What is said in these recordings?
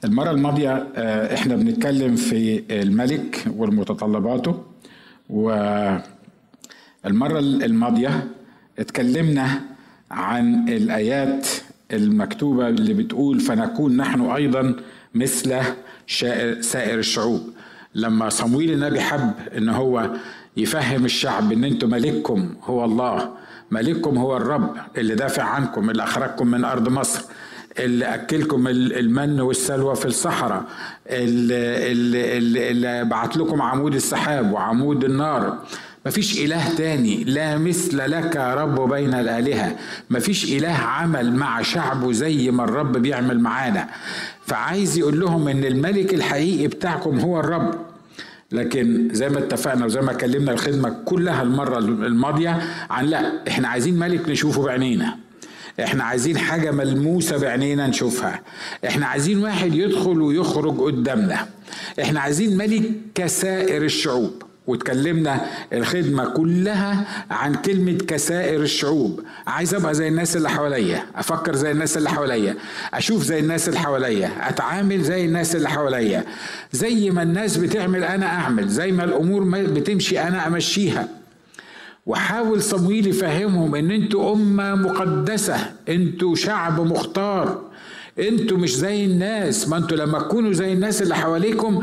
المرة الماضية احنا بنتكلم في الملك ومتطلباته، والمرة الماضية اتكلمنا عن الآيات المكتوبة اللي بتقول فنكون نحن أيضا مثل سائر الشعوب. لما صمويل النبي حب ان هو يفهم الشعب ان انتم ملككم هو الله، ملككم هو الرب اللي دافع عنكم، اللي أخرجكم من أرض مصر، اللي أكلكم المن والسلوى في الصحراء، اللي بعت لكم عمود السحاب وعمود النار. مفيش إله تاني، لا مثل لك يا رب بين الآلهة. مفيش إله عمل مع شعبه زي ما الرب بيعمل معانا. فعايز يقول لهم إن الملك الحقيقي بتاعكم هو الرب. لكن زي ما اتفقنا وزي ما كلمنا الخدمة كلها المرة الماضية عن لا، احنا عايزين ملك نشوفه بعينينا، احنا عايزين حاجة ملموسة بعينينا نشوفها، احنا عايزين واحد يدخل ويخرج قدامنا، احنا عايزين ملك كسائر الشعوب. واتكلمنا الخدمة كلها عن كلمة كسائر الشعوب. عايز ابقى زي الناس اللي حواليا، افكر زي الناس اللي حواليا، اشوف زي الناس اللي حواليا، اتعامل زي الناس اللي حواليا، زي ما الناس بتعمل انا اعمل، زي ما الامور بتمشي انا امشيها. وحاول صمويل يفهمهم ان انتوا امة مقدسة، انتوا شعب مختار، انتوا مش زي الناس. ما انتوا لما تكونوا زي الناس اللي حواليكم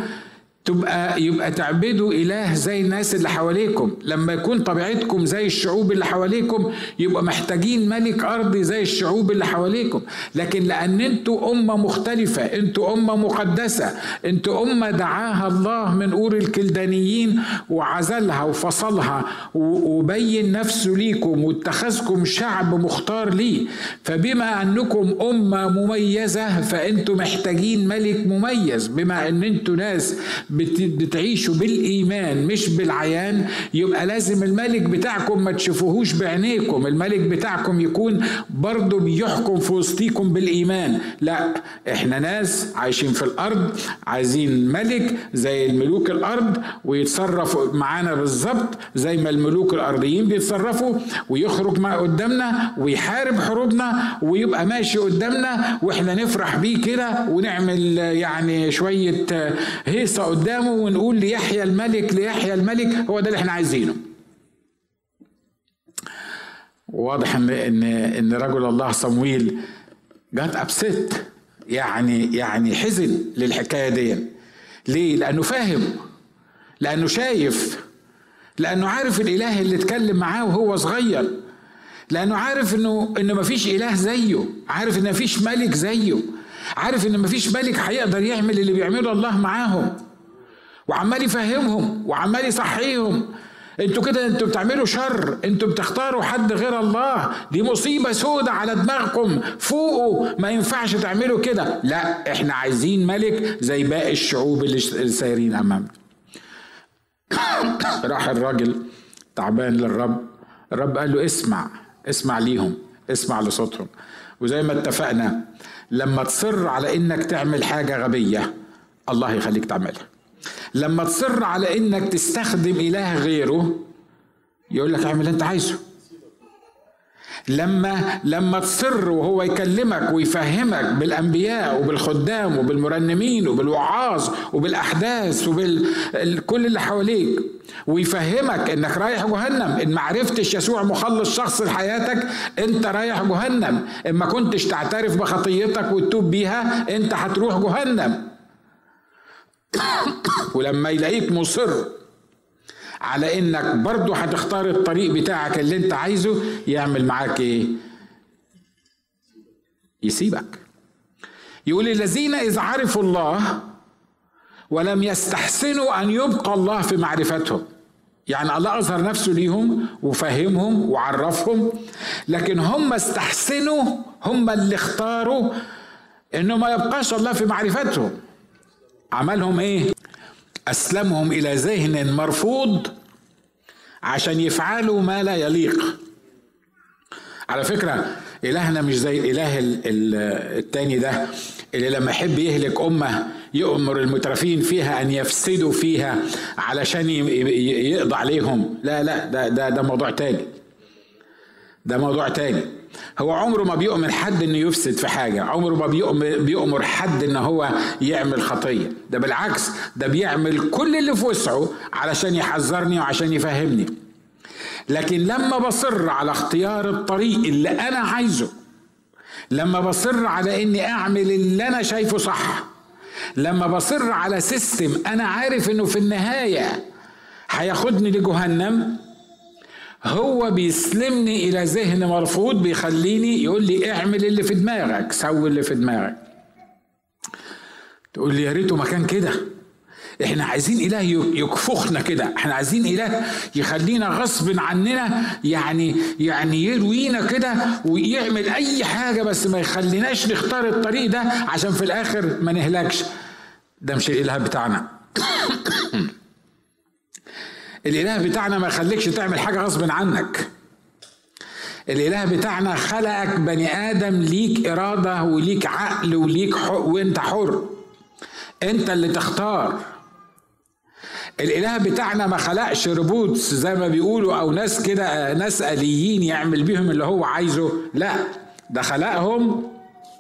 يبقى تعبدوا إله زي الناس اللي حواليكم. لما يكون طبيعتكم زي الشعوب اللي حواليكم يبقى محتاجين ملك أرضي زي الشعوب اللي حواليكم. لكن لأن انتوا أمة مختلفة، انتوا أمة مقدسة، انتوا أمة دعاها الله من أور الكلدانيين وعزلها وفصلها وبين نفسه ليكم واتخذكم شعب مختار ليه. فبما أنكم أمة مميزة فانتوا محتاجين ملك مميز. بما أن انتوا ناس بتعيشوا بالإيمان مش بالعيان، يبقى لازم الملك بتاعكم ما تشوفوهوش بعينيكم، الملك بتاعكم يكون برضو بيحكم في وسطيكم بالإيمان. لا، احنا ناس عايشين في الأرض، عايزين ملك زي الملوك الأرض ويتصرف معانا بالظبط زي ما الملوك الأرضيين بيتصرفوا، ويخرج مع قدامنا ويحارب حروبنا ويبقى ماشي قدامنا واحنا نفرح بيه كده ونعمل يعني شوية هيصة قدامه ونقول ليحيى الملك ليحيى الملك. هو ده اللي احنا عايزينه. واضح ان رجل الله صمويل جات ابست، يعني حزن للحكايه دي. ليه؟ لانه فاهم، لانه شايف، لانه عارف الاله اللي اتكلم معاه وهو صغير، لانه عارف انه مفيش اله زيه، عارف ان مفيش ملك زيه، عارف ان مفيش ملك هيقدر يعمل اللي بيعمله الله معاهم. وعمال يفهمهم وعمال يصحيهم، انتوا كده انتوا بتعملوا شر، انتوا بتختاروا حد غير الله، دي مصيبة سودة على دماغكم، فوقوا، ما ينفعش تعملوا كده. لا، احنا عايزين ملك زي باقي الشعوب اللي سايرين امامنا. راح الراجل تعبان للرب، الرب قال له اسمع ليهم، اسمع لصوتهم. وزي ما اتفقنا لما تصر على انك تعمل حاجة غبية الله يخليك تعملها. لما تصر على انك تستخدم اله غيره يقول لك اعمل انت عايزه. لما تصر وهو يكلمك ويفهمك بالانبياء وبالخدام وبالمرنمين وبالوعاظ وبالاحداث وبالكل اللي حواليك ويفهمك انك رايح جهنم، ان ما عرفتش يسوع مخلص شخص لحياتك انت رايح جهنم، ان ما كنتش تعترف بخطيتك وتتوب بيها انت هتروح جهنم. ولما يلاقيك مصر على انك برضو هتختار الطريق بتاعك اللي انت عايزه يعمل معاك ايه؟ يسيبك. يقول الذين اذا عرفوا الله ولم يستحسنوا ان يبقى الله في معرفتهم. يعني الله اظهر نفسه ليهم وفهمهم وعرفهم، لكن هم استحسنوا، هم اللي اختاروا انه ما يبقاش الله في معرفتهم. عملهم ايه؟ اسلمهم الى ذهن مرفوض عشان يفعلوا ما لا يليق. على فكرة الهنا مش زي الاله التاني ده اللي لما يحب يهلك امة يؤمر المترفين فيها ان يفسدوا فيها علشان يقضي عليهم. لا ده موضوع تاني. ده موضوع تاني. هو عمره ما بيؤمر حد انه يفسد في حاجة، عمره ما بيؤمر حد ان هو يعمل خطية. ده بالعكس، ده بيعمل كل اللي في وسعه علشان يحذرني وعشان يفهمني. لكن لما بصر على اختيار الطريق اللي انا عايزه، لما بصر على اني اعمل اللي انا شايفه صح، لما بصر على سيستم انا عارف انه في النهاية هياخدني لجهنم، هو بيسلمني الى ذهن مرفوض بيخليني يقول لي اعمل اللي في دماغك، سوي اللي في دماغك. تقول لي يا ريته ما كان كده. احنا عايزين اله يكفخنا كده، احنا عايزين اله يخلينا غصب عننا، يعني يروينا كده ويعمل اي حاجة بس ما يخليناش نختار الطريق ده عشان في الاخر ما نهلكش. ده مش الاله بتاعنا. الاله بتاعنا ما يخليكش تعمل حاجة غصب عنك. الاله بتاعنا خلقك بني ادم ليك ارادة وليك عقل وليك وانت حر، انت اللي تختار. الاله بتاعنا ما خلقش روبوتس زي ما بيقولوا او ناس كده، ناس آليين يعمل بيهم اللي هو عايزه. لا، ده خلقهم.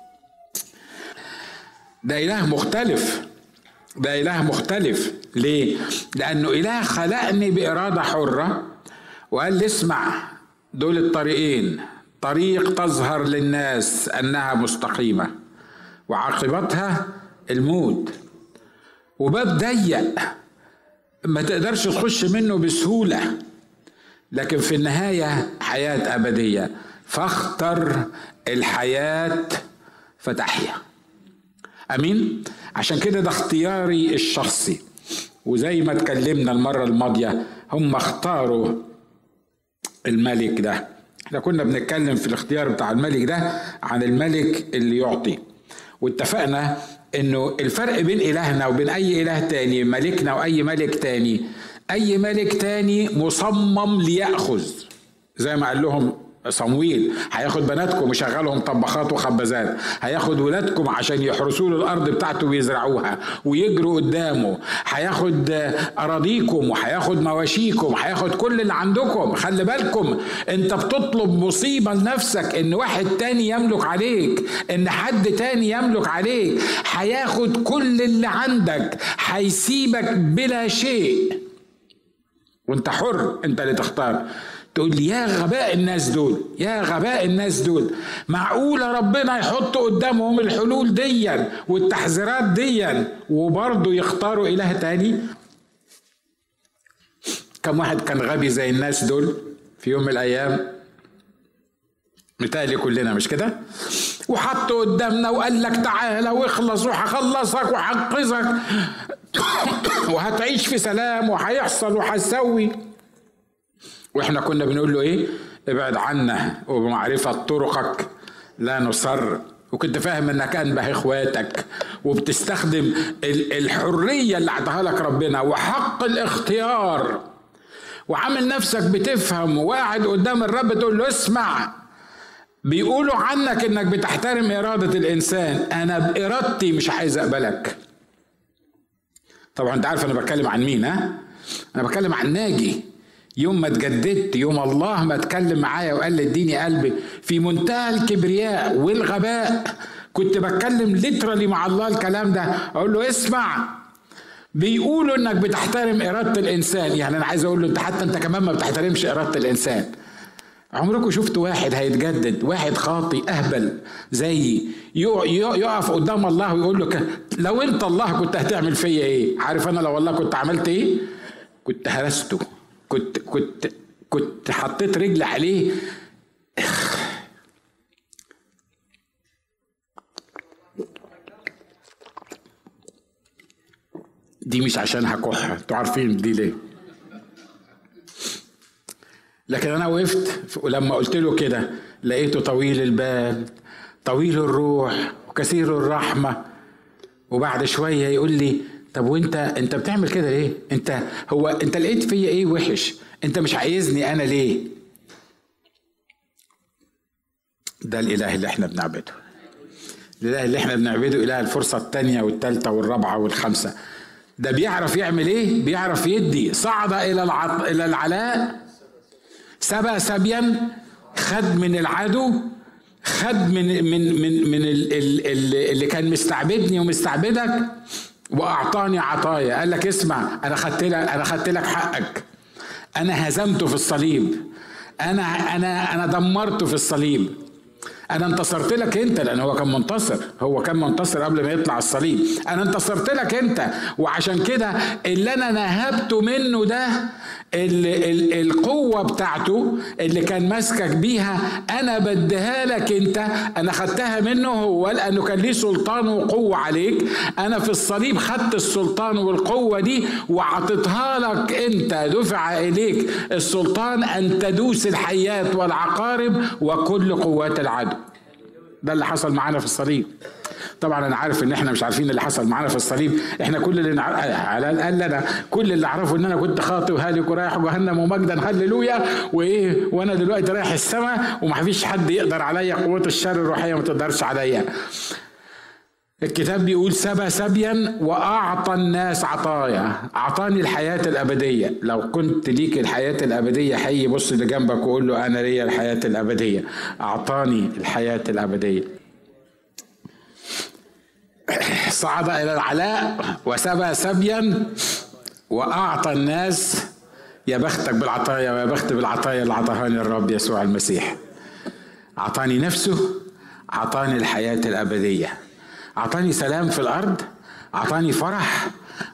ده اله مختلف. ده اله مختلف. ليه؟ لانه اله خلقني بارادة حرة وقال لي اسمع، دول الطريقين، طريق تظهر للناس انها مستقيمة وعاقبتها الموت، وباب ضيق ما تقدرش تخش منه بسهولة، لكن في النهاية حياة أبدية، فاختر الحياة فتحيا. أمين؟ عشان كده ده اختياري الشخصي. وزي ما اتكلمنا المرة الماضية، هم اختاروا الملك ده. احنا كنا بنتكلم في الاختيار بتاع الملك ده عن الملك اللي يعطي، واتفقنا انه الفرق بين الهنا وبين اي اله تاني، ملكنا واي ملك تاني، اي ملك تاني مصمم ليأخذ، زي ما قال لهم صمويل، هياخد بناتكم ويشغلهم طباخات وخبازات، هياخد ولادكم عشان يحرسوا له الارض بتاعته ويزرعوها ويجروا قدامه، هياخد اراضيكم وهياخد مواشيكم، هياخد كل اللي عندكم. خلي بالكم، انت بتطلب مصيبة لنفسك، ان واحد تاني يملك عليك، ان حد تاني يملك عليك، هياخد كل اللي عندك، هيسيبك بلا شيء وانت حر، انت اللي تختار. تقول لي يا غباء الناس دول، يا غباء الناس دول، معقولة ربنا يحط قدامهم الحلول ديا والتحذيرات ديا وبرضه يختاروا إله تاني؟ كم واحد كان غبي زي الناس دول في يوم من الأيام؟ متهيألي كلنا، مش كده؟ وحط قدامنا وقال لك تعالى واخلص وهخلصك وهنقذك وهتعيش في سلام وهيحصل وهتسوي، واحنا كنا بنقول له ايه؟ ابعد عنا وبمعرفة طرقك لا نصر. وكنت فاهم انك انبه اخواتك وبتستخدم الحرية اللي اعطاها لك ربنا وحق الاختيار، وعامل نفسك بتفهم وقاعد قدام الرب تقول له اسمع، بيقولوا عنك انك بتحترم ارادة الانسان، انا بارادتي مش عايز اقبلك. طبعا انت عارف انا بتكلم عن مين؟ ها؟ انا بتكلم عن ناجي. يوم ما اتجددت، يوم الله ما اتكلم معايا وقال لي اديني قلبي في منتهى الكبرياء والغباء، كنت بتكلم ليترالي مع الله الكلام ده، اقول له اسمع، بيقولوا انك بتحترم ارادة الانسان. يعني انا عايز اقول له انت حتى انت كمان ما بتحترمش ارادة الانسان. عمركم شفت واحد هيتجدد، واحد خاطي اهبل زيي يقف قدام الله ويقول له لو انت الله كنت هتعمل فيا ايه؟ عارف انا لو والله كنت عملت ايه؟ كنت هرسته، كنت حطيت رجل عليه. دي مش عشان هكح، انتوا عارفين دي ليه. لكن انا وقفت ولما قلت له كده لقيته طويل البال، طويل الروح وكثير الرحمة. وبعد شوية يقول لي طب وانت بتعمل كده ليه؟ انت لقيت فيا ايه وحش؟ انت مش عايزني انا ليه؟ ده الاله اللي احنا بنعبده. الاله اللي احنا بنعبده اله الفرصة الثانية والثالثة والرابعة والخامسة. ده بيعرف يعمل ايه؟ بيعرف يدي. صعد الى العلاء، سبى سبيا خد من العدو، خد من اللي كان مستعبدني ومستعبدك، واعطاني عطايا. قال لك اسمع، انا خدت لك حقك، انا هزمته في الصليب، انا دمرته في الصليب، انا انتصرت لك انت، لان هو كان منتصر قبل ما يطلع الصليب. انا انتصرت لك انت، وعشان كده اللي انا نهبته منه ده، القوة بتاعته اللي كان ماسكك بيها، انا بديها لك انت. انا خدتها منه هو، لانه كان ليه سلطان وقوة عليك. انا في الصليب خدت السلطان والقوة دي وعطيتها لك انت. دفع اليك السلطان ان تدوس الحيات والعقارب وكل قوات العدو. ده اللي حصل معانا في الصليب. طبعا انا عارف ان احنا مش عارفين اللي حصل معانا في الصليب. احنا كل اللي على الاقل انا كل اللي اعرفه ان انا كنت خاطئ وهالك ورايح جهنم ومجدا هللويا وانا دلوقتي رايح السماء، وما فيش حد يقدر عليا. قوة الشر الروحية ما تقدرش عليا. الكتاب بيقول سبى سبيا واعطى الناس عطايا. اعطاني الحياة الابدية. لو كنت ليك الحياة الابدية، حي بص اللي جنبك وقول له انا ليا الحياة الابدية. اعطاني الحياة الابدية. صعد الى العلاء وسبى سبيا واعطى الناس. يا بختك بالعطايا، ويا بخت بالعطايا اللي عطاهاني الرب يسوع المسيح. اعطاني نفسه، اعطاني الحياة الابدية، اعطاني سلام في الارض، اعطاني فرح،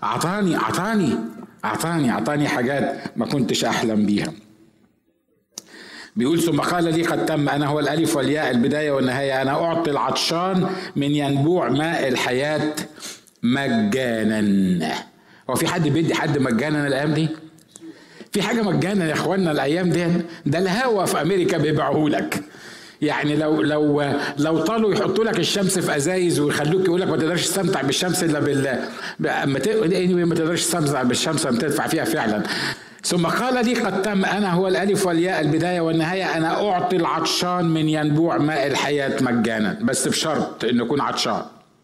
اعطاني حاجات ما كنتش احلم بيها. بيقول ثم قال لي قد تم، انا هو الالف والياء البداية والنهاية، انا اعطي العطشان من ينبوع ماء الحياة مجانا. هو في حد بيدي حد مجانا الايام دي؟ في حاجة مجانا يا اخوانا الايام دي؟ ده الهوا في امريكا بيبيعوه لك. يعني لو طالوا يحطوا لك الشمس في ازايز ويخلوك يقول لك ما تقدرش تستمتع بالشمس الا ما تقدرش تستمتع بالشمس لما تدفع فيها فعلا. ثم قال لي قد تم، انا هو الالف والياء البدايه والنهايه، انا اعطي العطشان من ينبوع ماء الحياه مجانا، بس بشرط انه يكون عطشان.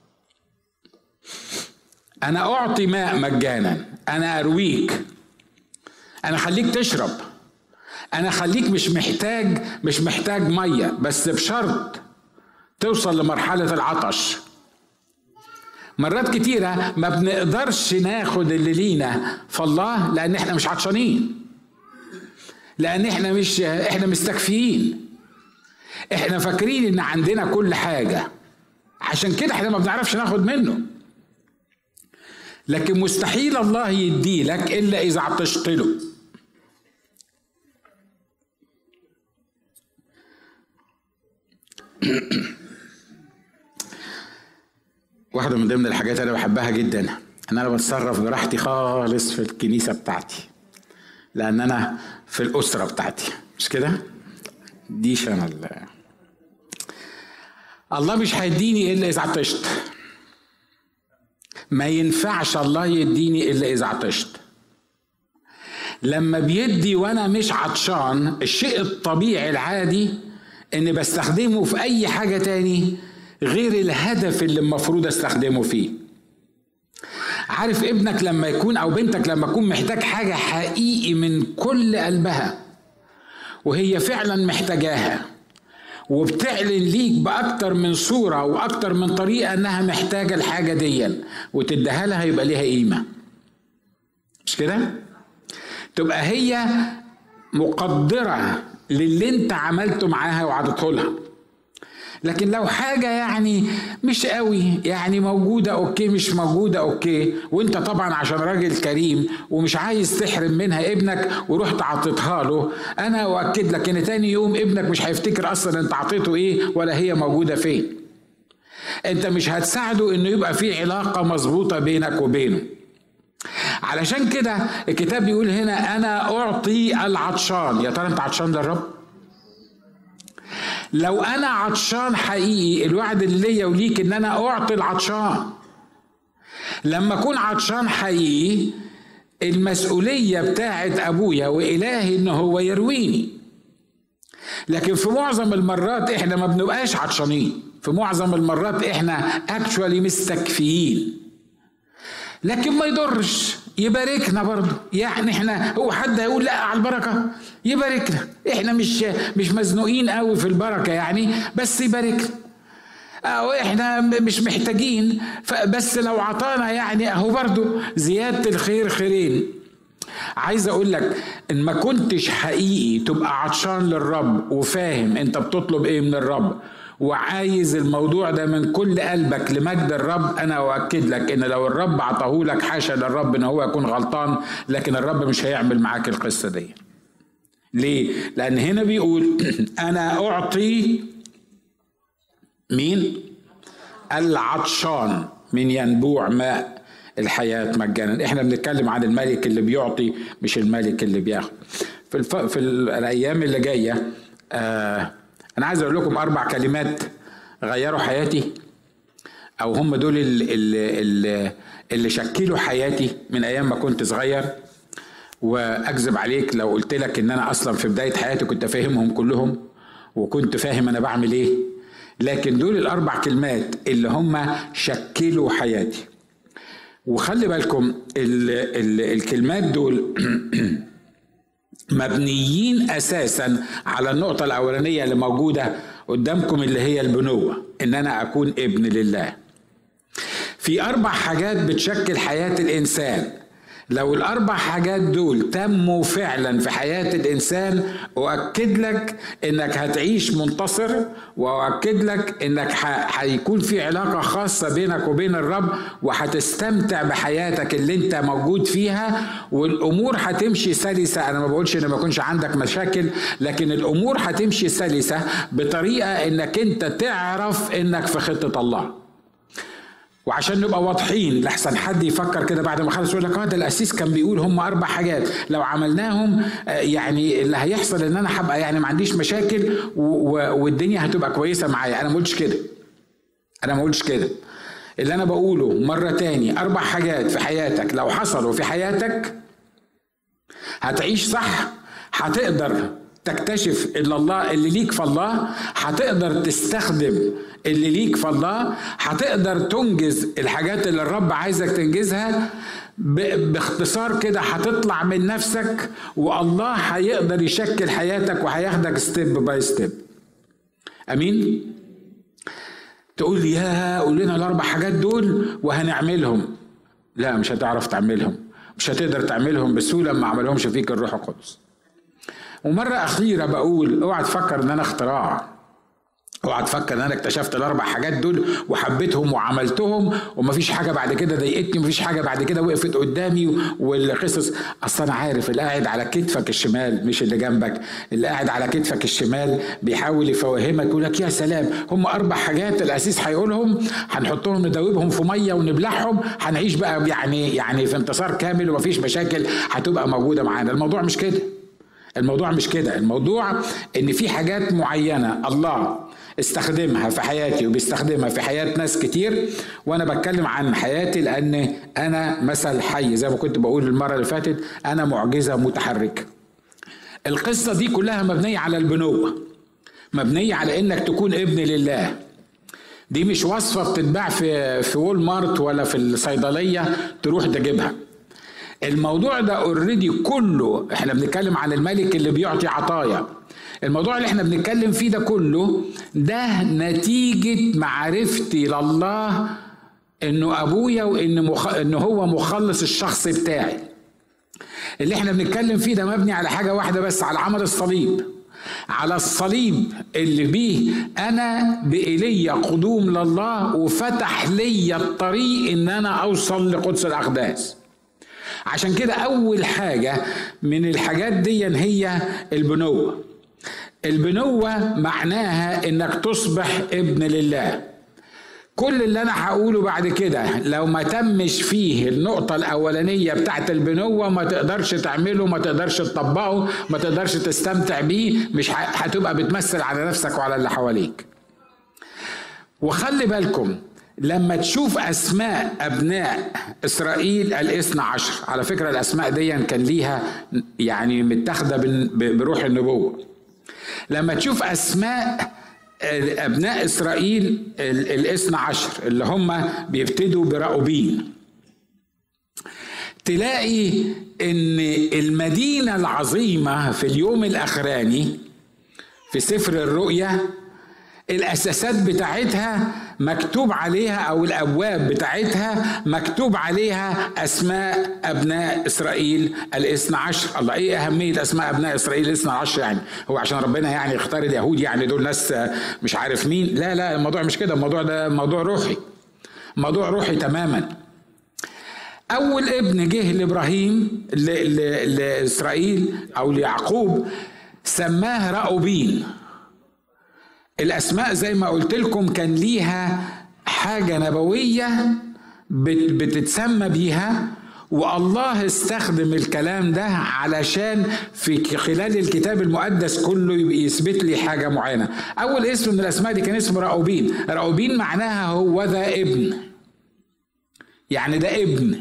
انا اعطي ماء مجانا، انا ارويك، انا خليك تشرب، انا خليك مش محتاج ميه، بس بشرط توصل لمرحله العطش. مرات كتيرة ما بنقدرش ناخد اللي لينا فالله، لان احنا مش عطشانين، لان احنا مستكفيين، احنا فاكرين ان عندنا كل حاجة، عشان كده احنا ما بنعرفش ناخد منه. لكن مستحيل الله يديلك الا اذا عطشت له. واحدة من ضمن الحاجات انا بحبها جدا ان انا بتصرف براحتي خالص في الكنيسة بتاعتي، لان انا في الاسرة بتاعتي، مش كده؟ ديش انا الله مش هيديني الا اذا عطشت. ما ينفعش الله يديني الا اذا عطشت. لما بيدي وانا مش عطشان، الشيء الطبيعي العادي اني بستخدمه في اي حاجة تاني غير الهدف اللي المفروض استخدمه فيه. عارف ابنك لما يكون او بنتك لما يكون محتاج حاجة حقيقي من كل قلبها، وهي فعلا محتاجاها، وبتعلن ليك بأكتر من صورة وأكتر من طريقة انها محتاجة الحاجة دي، وتديها لها، يبقى ليها قيمة، مش كده؟ تبقى هي مقدرة للي انت عملته معاها وعدته لها. لكن لو حاجة يعني مش قوي، يعني موجودة اوكي، مش موجودة اوكي، وانت طبعا عشان راجل كريم ومش عايز تحرم منها ابنك ورحت عطيتها له، انا اؤكد لك ان تاني يوم ابنك مش هيفتكر اصلا انت عطيته ايه ولا هي موجودة فين. انت مش هتساعده انه يبقى في علاقة مظبوطة بينك وبينه. علشان كده الكتاب بيقول هنا انا اعطي العطشان. يا ترى انت عطشان للرب؟ لو انا عطشان حقيقي، الوعد اللي ليا وليك ان انا اعطي العطشان. لما اكون عطشان حقيقي، المسؤولية بتاعت ابويا والهي ان هو يرويني. لكن في معظم المرات احنا ما بنبقاش عطشانين، في معظم المرات احنا اكشوالي مستكفيين. لكن ما يضرش، يباركنا برضو. يعني احنا هو حد هيقول لا على البركة؟ يباركنا، احنا مش مزنوقين قوي في البركة يعني، بس يباركنا. احنا مش محتاجين، بس لو عطانا يعني اهو برضو زيادة الخير خيرين. عايز اقول لك ان ما كنتش حقيقي تبقى عطشان للرب وفاهم انت بتطلب ايه من الرب وعايز الموضوع ده من كل قلبك لمجد الرب، انا اؤكد لك ان لو الرب عطاهولك، حاشا للرب ان هو يكون غلطان، لكن الرب مش هيعمل معاك القصة دي. ليه؟ لان هنا بيقول انا اعطي مين؟ العطشان من ينبوع ماء الحياة مجانا. احنا بنتكلم عن الملك اللي بيعطي، مش الملك اللي بياخد. في الايام اللي جاية انا عايز اقول لكم 4 كلمات غيروا حياتي، او هم دول اللي شكلوا حياتي من ايام ما كنت صغير. واكذب عليك لو قلت لك ان انا اصلا في بداية حياتي كنت فاهمهم كلهم وكنت فاهم انا بعمل ايه، لكن دول ال4 كلمات اللي هم شكلوا حياتي. وخلي بالكم الكلمات دول مبنيين اساسا على النقطة الاولانية اللي موجودة قدامكم، اللي هي البنوة، ان انا اكون ابن لله. في 4 حاجات بتشكل حياة الانسان. لو ال4 حاجات دول تموا فعلا في حياة الإنسان، أؤكد لك إنك هتعيش منتصر، وأؤكد لك إنك هيكون في علاقة خاصة بينك وبين الرب، وهتستمتع بحياتك اللي انت موجود فيها، والأمور هتمشي سلسة. أنا ما بقولش إن ما يكونش عندك مشاكل، لكن الأمور هتمشي سلسة بطريقة إنك انت تعرف إنك في خطة الله. وعشان نبقى واضحين لحسن حد يفكر كده بعد ما خلص يقول لك ده القسيس كان بيقول هم 4 حاجات لو عملناهم يعني اللي هيحصل ان انا هبقى يعني ما عنديش مشاكل والدنيا هتبقى كويسة معايا. انا ما قلتش كده. اللي انا بقوله مرة تاني، 4 حاجات في حياتك لو حصلوا في حياتك هتعيش صح، هتقدر تكتشف اللي ليك في الله، هتقدر تستخدم اللي ليك في الله، هتقدر تنجز الحاجات اللي الرب عايزك تنجزها. باختصار كده هتطلع من نفسك، والله هيقدر يشكل حياتك وهياخدك ستيب باي ستيب. امين؟ تقول لي قول لنا ال4 حاجات دول وهنعملهم. لا، مش هتعرف تعملهم، مش هتقدر تعملهم بسهولة ما عملهمش فيك الروح القدس. ومرة أخيرة بقول اوعى تفكر ان انا اختراع، اوعى تفكر ان انا اكتشفت ال4 حاجات دول وحبيتهم وعملتهم ومفيش حاجة بعد كده ضايقتني ومفيش حاجة بعد كده وقفت قدامي والقصص. اصلا انا عارف اللي قاعد على كتفك الشمال مش اللي جنبك، اللي قاعد على كتفك الشمال بيحاول يفوهمك، يقول لك يا سلام هم 4 حاجات القسيس هيقولهم، هنحطهم ندوبهم في مية ونبلعهم، هنعيش بقى يعني في انتصار كامل ومفيش مشاكل هتبقى موجودة معانا. الموضوع مش كده. الموضوع ان في حاجات معينة الله استخدمها في حياتي وبيستخدمها في حياة ناس كتير، وانا بتكلم عن حياتي لان انا مثل حي زي ما كنت بقول المرة اللي فاتت، انا معجزة متحركة. القصة دي كلها مبنية على البنوة، مبنية على انك تكون ابن لله. دي مش وصفة بتتباع في وول مارت ولا في الصيدلية تروح تجيبها. الموضوع ده اوريدي كله، احنا بنتكلم عن الملك اللي بيعطي عطايا. الموضوع اللي احنا بنتكلم فيه ده كله ده نتيجة معرفتي لله انه ابويا وانه هو مخلص الشخص بتاعي. اللي احنا بنتكلم فيه ده مبني على حاجة واحدة بس، على عمل الصليب. على الصليب اللي بيه انا بإلي قدوم لله وفتح لي الطريق ان انا اوصل لقدس الاقداس. عشان كده اول حاجة من الحاجات دي هي البنوة. البنوة معناها انك تصبح ابن لله. كل اللي انا هقوله بعد كده لو ما تمش فيه النقطة الاولانية بتاعت البنوة ما تقدرش تعمله، ما تقدرش تطبقه، ما تقدرش تستمتع بيه، مش هتبقى بتمثل على نفسك وعلى اللي حواليك. وخلي بالكم لما تشوف أسماء أبناء إسرائيل 12، على فكرة الأسماء دي كان ليها يعني متاخدة بروح النبوة. لما تشوف أسماء أبناء إسرائيل 12 اللي هم بيبتدوا برأوبين، تلاقي ان المدينة العظيمة في اليوم الاخراني في سفر الرؤيا الاساسات بتاعتها مكتوب عليها، او الابواب بتاعتها مكتوب عليها اسماء ابناء اسرائيل الاثنى عشر. الله، ايه اهمية اسماء ابناء اسرائيل الاثنى عشر؟ يعني هو عشان ربنا يعني اختار اليهود يعني دول ناس مش عارف مين؟ لا لا، الموضوع مش كده، الموضوع ده موضوع روحي، موضوع روحي تماما. اول ابن جه لابراهيم لاسرائيل او ليعقوب سماه راؤوبين. الاسماء زي ما قلت لكم كان ليها حاجة نبوية بتتسمى بيها، والله استخدم الكلام ده علشان في خلال الكتاب المقدس كله يبقى يثبت لي حاجة معينة. اول اسم من الاسماء دي كان اسمه راؤوبين. راؤوبين معناها هو ذا ابن، يعني ده ابن،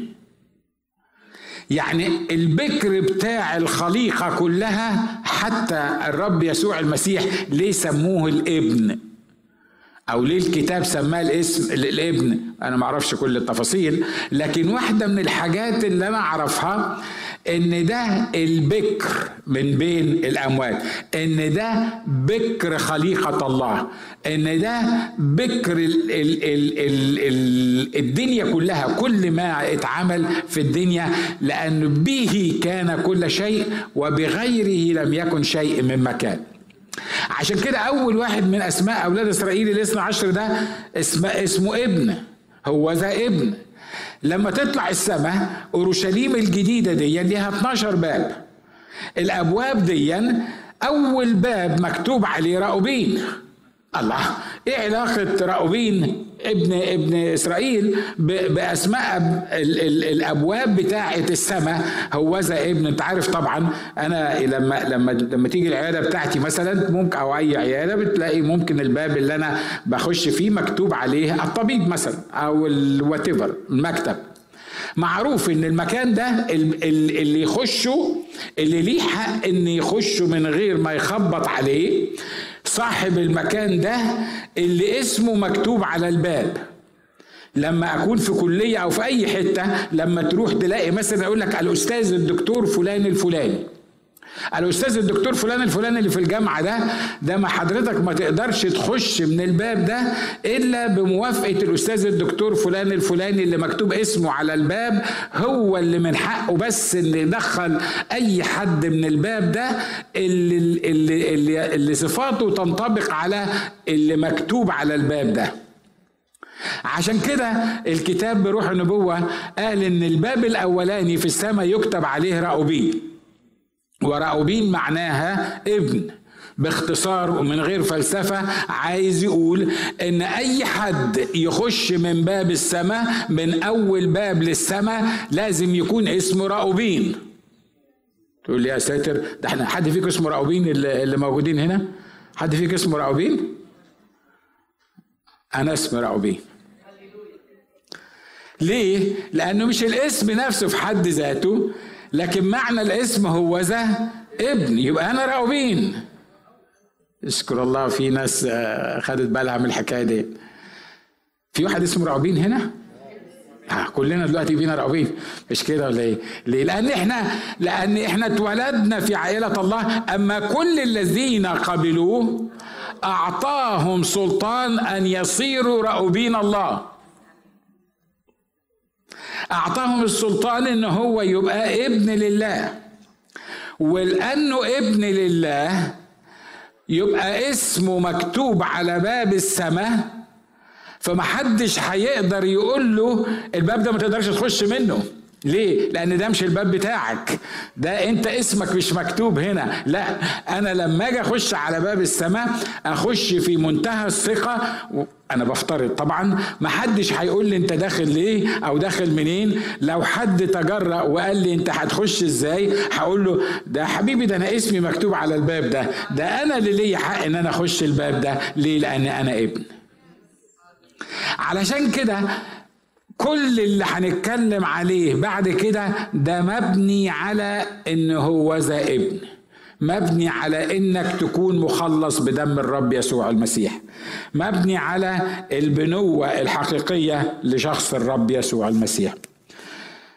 يعني البكر بتاع الخليقة كلها. حتى الرب يسوع المسيح ليه سموه الابن، او ليه الكتاب سماه الاسم الابن؟ انا ما اعرفش كل التفاصيل، لكن واحدة من الحاجات اللي انا اعرفها ان ده البكر من بين الاموات، ان ده بكر خليقة الله، ان ده بكر الدنيا كلها، كل ما اتعمل في الدنيا، لان به كان كل شيء وبغيره لم يكن شيء مما كان. عشان كده اول واحد من اسماء اولاد اسرائيل الاثنى عشر ده اسمه ابن، هو ذا ابن. لما تطلع السماء اورشليم الجديدة دي ليها 12 باب. الابواب دي اول باب مكتوب عليه راؤوبين. الله، ايه علاقة راؤوبين ابن اسرائيل باسماء الابواب بتاعة السماء هو ذا ابن؟ انت عارف طبعا انا لما تيجي العيادة بتاعتي مثلا، ممكن او اي عيادة بتلاقي ممكن الباب اللي انا بخش فيه مكتوب عليه الطبيب مثلا او الواتيفر المكتب. معروف ان المكان ده اللي يخشه، اللي ليه حق ان يخشه من غير ما يخبط عليه، صاحب المكان ده اللي اسمه مكتوب على الباب. لما اكون في كلية او في اي حتة، لما تروح تلاقي مثلا يقول لك الاستاذ الدكتور فلان الفلاني، الاستاذ الدكتور فلان الفلاني اللي في الجامعة ده ما حضرتك ما تقدرش تخش من الباب ده الا بموافقة الاستاذ الدكتور فلان الفلاني اللي مكتوب اسمه على الباب. هو اللي من حقه بس اللي يدخل اي حد من الباب ده اللي صفاته تنطبق على اللي مكتوب على الباب ده. عشان كده الكتاب بروح النبوة قال ان الباب الاولاني في السماء يكتب عليه راؤوبين، وراؤوبين معناها ابن. باختصار ومن غير فلسفة عايز يقول ان اي حد يخش من باب السماء، من اول باب للسماء، لازم يكون اسمه راؤوبين. تقول لي يا ساتر، ده احنا حد فيكم اسمه راؤوبين اللي موجودين هنا؟ حد فيكم اسمه راؤوبين؟ انا اسمي راؤوبين. ليه؟ لانه مش الاسم نفسه في حد ذاته، لكن معنى الاسم هو ذا ابن، يبقى انا راؤوبين. اشكر الله، في ناس خدت بالها من الحكايه دي. في واحد اسمه راؤوبين هنا؟ كلنا دلوقتي فينا راؤوبين، مش كده ولا ايه؟ ليه؟ لان احنا اتولدنا في عائله الله. اما كل الذين قبلوه اعطاهم سلطان ان يصيروا راؤوبين الله. اعطاهم السلطان ان هو يبقى ابن لله، ولانه ابن لله يبقى اسمه مكتوب على باب السماء، فمحدش هيقدر يقول له الباب ده ما تقدرش تخش منه. ليه؟ لان ده مش الباب بتاعك، ده انت اسمك مش مكتوب هنا. لا، انا لما اجي اخش على باب السماء اخش في منتهى الثقة. انا بفترض طبعا محدش هيقول لي انت داخل ليه او داخل منين. لو حد تجرأ وقال لي انت هتخش ازاي، هقول له ده حبيبي، ده انا اسمي مكتوب على الباب ده انا اللي ليا حق ان انا اخش الباب ده. ليه؟ لان انا ابن. علشان كده كل اللي هنتكلم عليه بعد كده ده مبني على ان هو ذا ابن، مبني على انك تكون مخلص بدم الرب يسوع المسيح، مبني على البنوة الحقيقية لشخص الرب يسوع المسيح.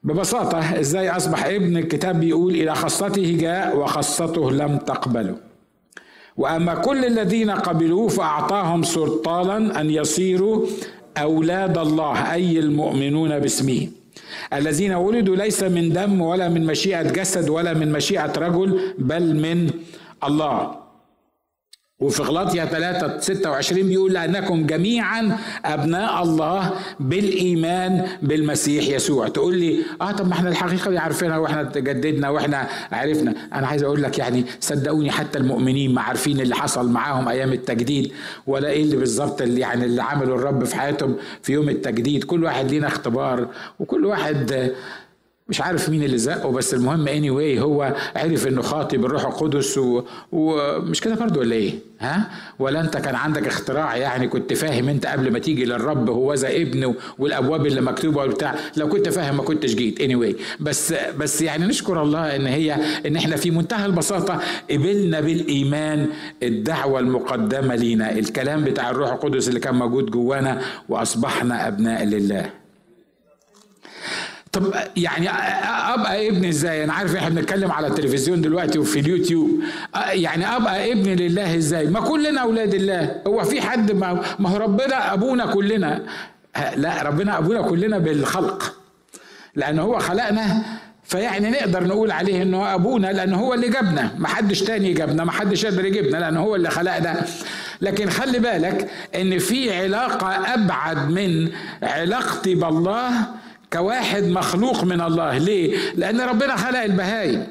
ببساطة ازاي اصبح ابن؟ الكتاب بيقول الى خاصته جاء وخاصته لم تقبله، واما كل الذين قبلوه فاعطاهم سلطانا ان يصيروا اولاد الله، اي المؤمنون باسمه، الذين ولدوا ليس من دم ولا من مشيئة جسد ولا من مشيئة رجل بل من الله. وفي غلاطية 3:26 بيقول لأنكم جميعا أبناء الله بالإيمان بالمسيح يسوع. تقول لي طب ما احنا الحقيقة دي عارفينها واحنا تجددنا واحنا عرفنا. أنا عايز أقول لك يعني صدقوني حتى المؤمنين ما عارفين اللي حصل معاهم أيام التجديد ولا إيه اللي بالظبط اللي يعني اللي عمله الرب في حياتهم في يوم التجديد. كل واحد لينا اختبار وكل واحد مش عارف مين اللي زقه، بس المهم anyway هو عرف انه خاطي بالروح القدس ومش كده برضو ولا ايه؟ ولا انت كان عندك اختراع يعني كنت فاهم انت قبل ما تيجي للرب هو ذا ابن والابواب اللي مكتوبه وبتاع؟ لو كنت فاهم ما كنتش جيت anyway. بس يعني نشكر الله ان احنا في منتهى البساطه قبلنا بالايمان الدعوه المقدمه لينا، الكلام بتاع الروح القدس اللي كان موجود جوانا، واصبحنا ابناء لله. طب يعني ابقى ابن ازاي؟ انا عارف احنا بنتكلم على التلفزيون دلوقتي وفي اليوتيوب، يعني ابقى ابن لله ازاي؟ ما كلنا اولاد الله. هو في حد ما هو ربنا ابونا كلنا؟ لا، ربنا ابونا كلنا بالخلق، لانه هو خلقنا، فيعني نقدر نقول عليه انه هو ابونا لانه هو اللي جابنا، ما حدش تاني جابنا، ما حدش يقدر يجيبنا لانه هو اللي خلقنا. لكن خلي بالك ان في علاقة ابعد من علاقتي بالله كواحد مخلوق من الله. ليه؟ لأن ربنا خلق البهايم.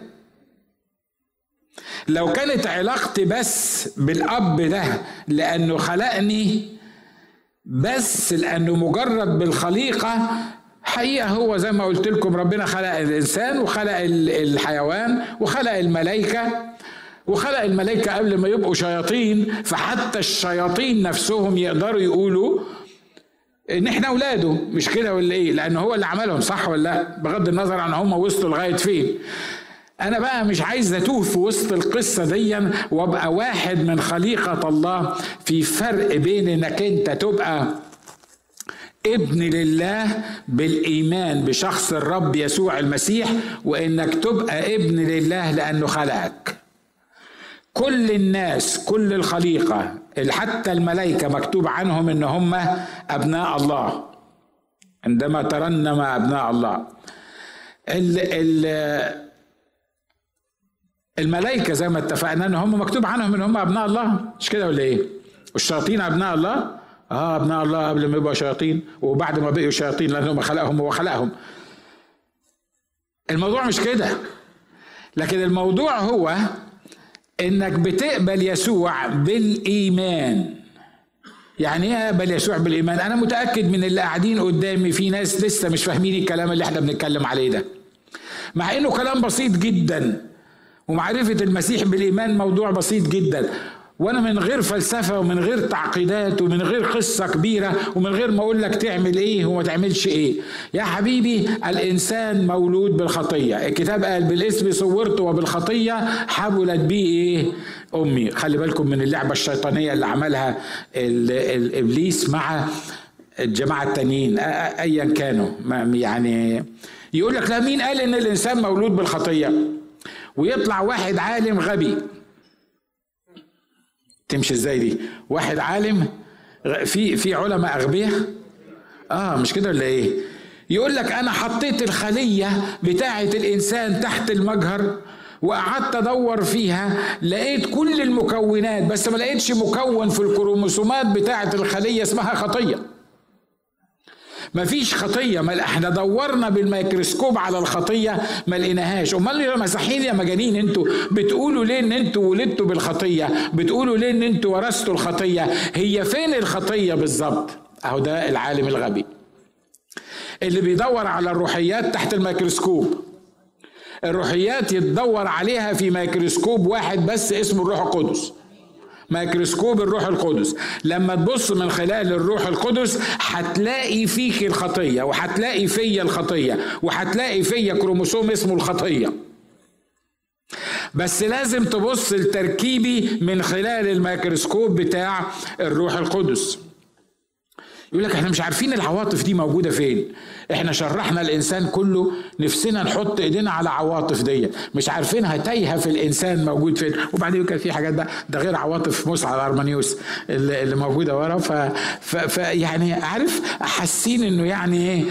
لو كانت علاقتي بس بالأب ده لأنه خلقني بس لأنه مجرد بالخليقة، حقيقة هو زي ما قلت لكم ربنا خلق الإنسان وخلق الحيوان وخلق الملائكة، وخلق الملائكة قبل ما يبقوا شياطين، فحتى الشياطين نفسهم يقدروا يقولوا ان احنا اولاده، مش كده ولا ايه؟ لانه هو اللي عملهم، صح ولا لا؟ بغض النظر عن هم وصلوا لغايه فين. انا بقى مش عايز اتوه في وسط القصه دي وابقى واحد من خليقه الله. في فرق بين انك انت تبقى ابن لله بالايمان بشخص الرب يسوع المسيح، وانك تبقى ابن لله لانه خلقك. كل الناس، كل الخليقة، حتى الملائكة مكتوب عنهم ان هم ابناء الله عندما ترنم ابناء الله. الملائكة زي ما اتفقنا ان هم مكتوب عنهم ان هم ابناء الله، مش كده ولا ايه؟ والشياطين ابناء الله؟ ابناء الله قبل ما يبقوا شياطين وبعد ما بقوا شياطين لانهم خلقهم هو خلقهم. الموضوع مش كده، لكن الموضوع هو انك بتقبل يسوع بالايمان. يعني ايه اقبل يسوع بالايمان؟ انا متاكد من اللي قاعدين قدامي في ناس لسه مش فاهمين الكلام اللي احنا بنتكلم عليه ده، مع انه كلام بسيط جدا، ومعرفه المسيح بالايمان موضوع بسيط جدا، وانا من غير فلسفه ومن غير تعقيدات ومن غير قصه كبيره ومن غير ما اقول لك تعمل ايه وما تعملش ايه. يا حبيبي الانسان مولود بالخطيه، الكتاب قال بالاسم صورت وبالخطيه حبلت بي ايه؟ امي. خلي بالكم من اللعبه الشيطانيه اللي عملها الابليس مع الجماعه التانيين ايا كانوا. يعني يقول لك لا، مين قال ان الانسان مولود بالخطيه؟ ويطلع واحد عالم غبي. تمشي ازاي دي؟ واحد عالم في علماء اغبياء، مش كده ولا ايه؟ يقول لك انا حطيت الخليه بتاعه الانسان تحت المجهر وقعدت ادور فيها، لقيت كل المكونات بس ما لقيتش مكون في الكروموسومات بتاعه الخليه اسمها خطيه. مفيش خطيه، ما احنا دورنا بالميكروسكوب على الخطيه ما لقيناهاش. امال يا مسيحيين يا مجانين انتوا بتقولوا ليه ان انتوا ولدتوا بالخطيه؟ بتقولوا ليه ان انتوا ورثتوا الخطيه؟ هي فين الخطيه بالظبط؟ اهو ده العالم الغبي اللي بيدور على الروحيات تحت الميكروسكوب. الروحيات يتدور عليها في ميكروسكوب واحد بس اسمه الروح القدس، ميكروسكوب الروح القدس. لما تبص من خلال الروح القدس هتلاقي فيك الخطية، وهتلاقي فيا الخطية، وهتلاقي فيا كروموسوم اسمه الخطية. بس لازم تبص لتركيبي من خلال الميكروسكوب بتاع الروح القدس. يقول لك احنا مش عارفين العواطف دي موجودة فين. احنا شرحنا الانسان كله، نفسنا نحط ايدينا على عواطف دي، مش عارفينها تايهة في الانسان موجود فين. وبعدين كان في حاجات ده غير عواطف موسى الارمانيوس اللي موجودة ورا. يعني عارف، حاسين انه يعني ايه.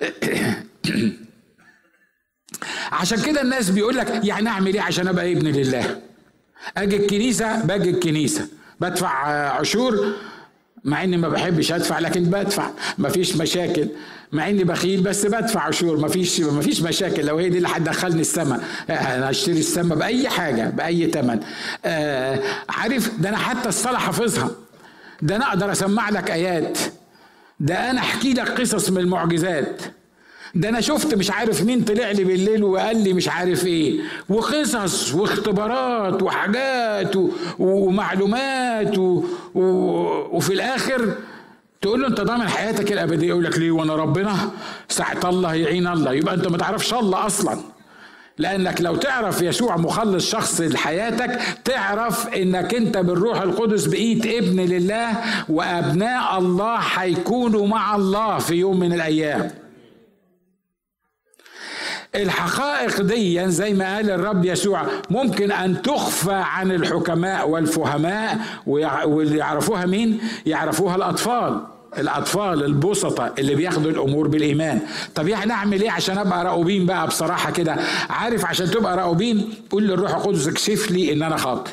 عشان كده الناس بيقول لك يعني اعمل ايه عشان ابقى ابن لله؟ اجي الكنيسة، باجي الكنيسة بدفع عشور، مع اني ما بحبش ادفع لكن بدفع، مفيش مشاكل. مع اني بخيل بس بدفع عشور، مفيش مشاكل. لو هي دي اللي هتدخلني السماء، انا اشتري السماء باي حاجه باي ثمن. عارف، ده انا حتى الصلاه حافظها، ده انا اقدر اسمع لك ايات، ده انا احكي لك قصص من المعجزات، ده انا شفت مش عارف مين طلع لي بالليل وقال لي مش عارف ايه، وقصص واختبارات وحاجات ومعلومات وفي الاخر تقول له انت ضامن حياتك الابديه؟ يقول لك ليه وانا ربنا ساعة الله يعين الله. يبقى انت ما تعرفش الله اصلا، لانك لو تعرف يسوع مخلص شخص لحياتك تعرف انك انت بالروح القدس بقيت ابن لله، وابناء الله هيكونوا مع الله في يوم من الايام. الحقائق دي زي ما قال الرب يسوع ممكن أن تخفى عن الحكماء والفهماء، واللي يعرفوها مين؟ يعرفوها الأطفال البسطة اللي بياخدوا الأمور بالإيمان. طب يعني أعمل إيه عشان أبقى راؤوبين بقى بصراحة كده؟ عارف، عشان تبقى راؤوبين قول للروح القدس اكشف لي إن أنا خاطئ.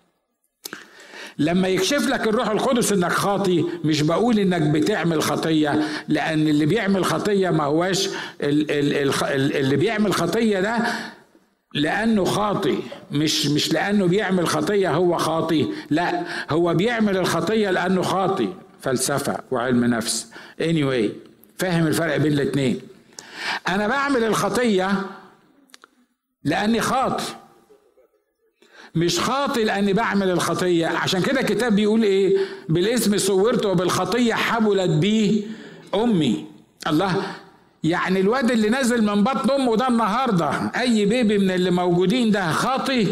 لما يكشف لك الروح القدس انك خاطي، مش بقول انك بتعمل خطية، لان اللي بيعمل خطية ما هواش اللي بيعمل خطية ده لانه خاطي، مش لانه بيعمل خطية هو خاطي، لا، هو بيعمل الخطية لانه خاطي. فلسفة وعلم نفس. anyway، فاهم الفرق بين الاتنين؟ انا بعمل الخطية لاني خاطي، مش خاطئ لاني بعمل الخطيه. عشان كده الكتاب بيقول ايه؟ بالاسم صورت وبالخطيه حبلت بيه امي. الله، يعني الواد اللي نازل من بطن امه ده النهارده، اي بيبي من اللي موجودين ده خاطئ؟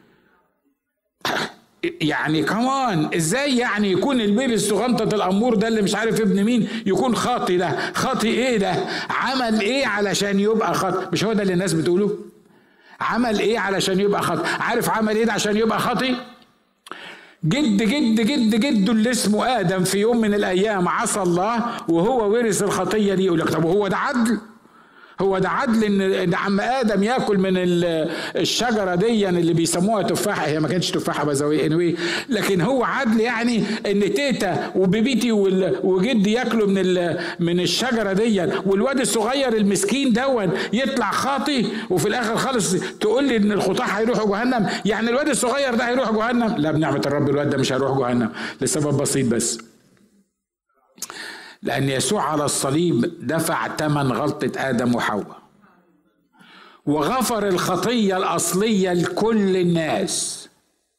يعني كمان ازاي يعني يكون البيبي الصغنطة الامور ده اللي مش عارف ابن مين يكون خاطئ؟ ده خاطئ ايه؟ ده عمل ايه علشان يبقى خاطئ؟ مش هو ده اللي الناس بتقوله؟ عمل ايه علشان يبقى خاطئ؟ عارف عمل ايه عشان يبقى خاطئ؟ جد جد جد جده اللي اسمه ادم في يوم من الايام عصى الله وهو ورث الخطيه دي. يقول لك طب وهو ده عدل؟ هو ده عدل ان عم ادم ياكل من الشجره دي اللي بيسموها تفاحه؟ هي ما كانتش تفاحه بزاويه anyway، لكن هو عدل يعني ان تيتا وبيبيتي وجدي ياكلوا من الشجره دي، والواد الصغير المسكين دون يطلع خاطي، وفي الاخر خالص تقول لي ان الخطاة هيروحوا جهنم؟ يعني الواد الصغير ده هيروح جهنم؟ لا، بنعمه الرب الواد ده مش هيروح جهنم لسبب بسيط بس، لأن يسوع على الصليب دفع ثمن غلطة آدم وحواء، وغفر الخطية الأصلية لكل الناس.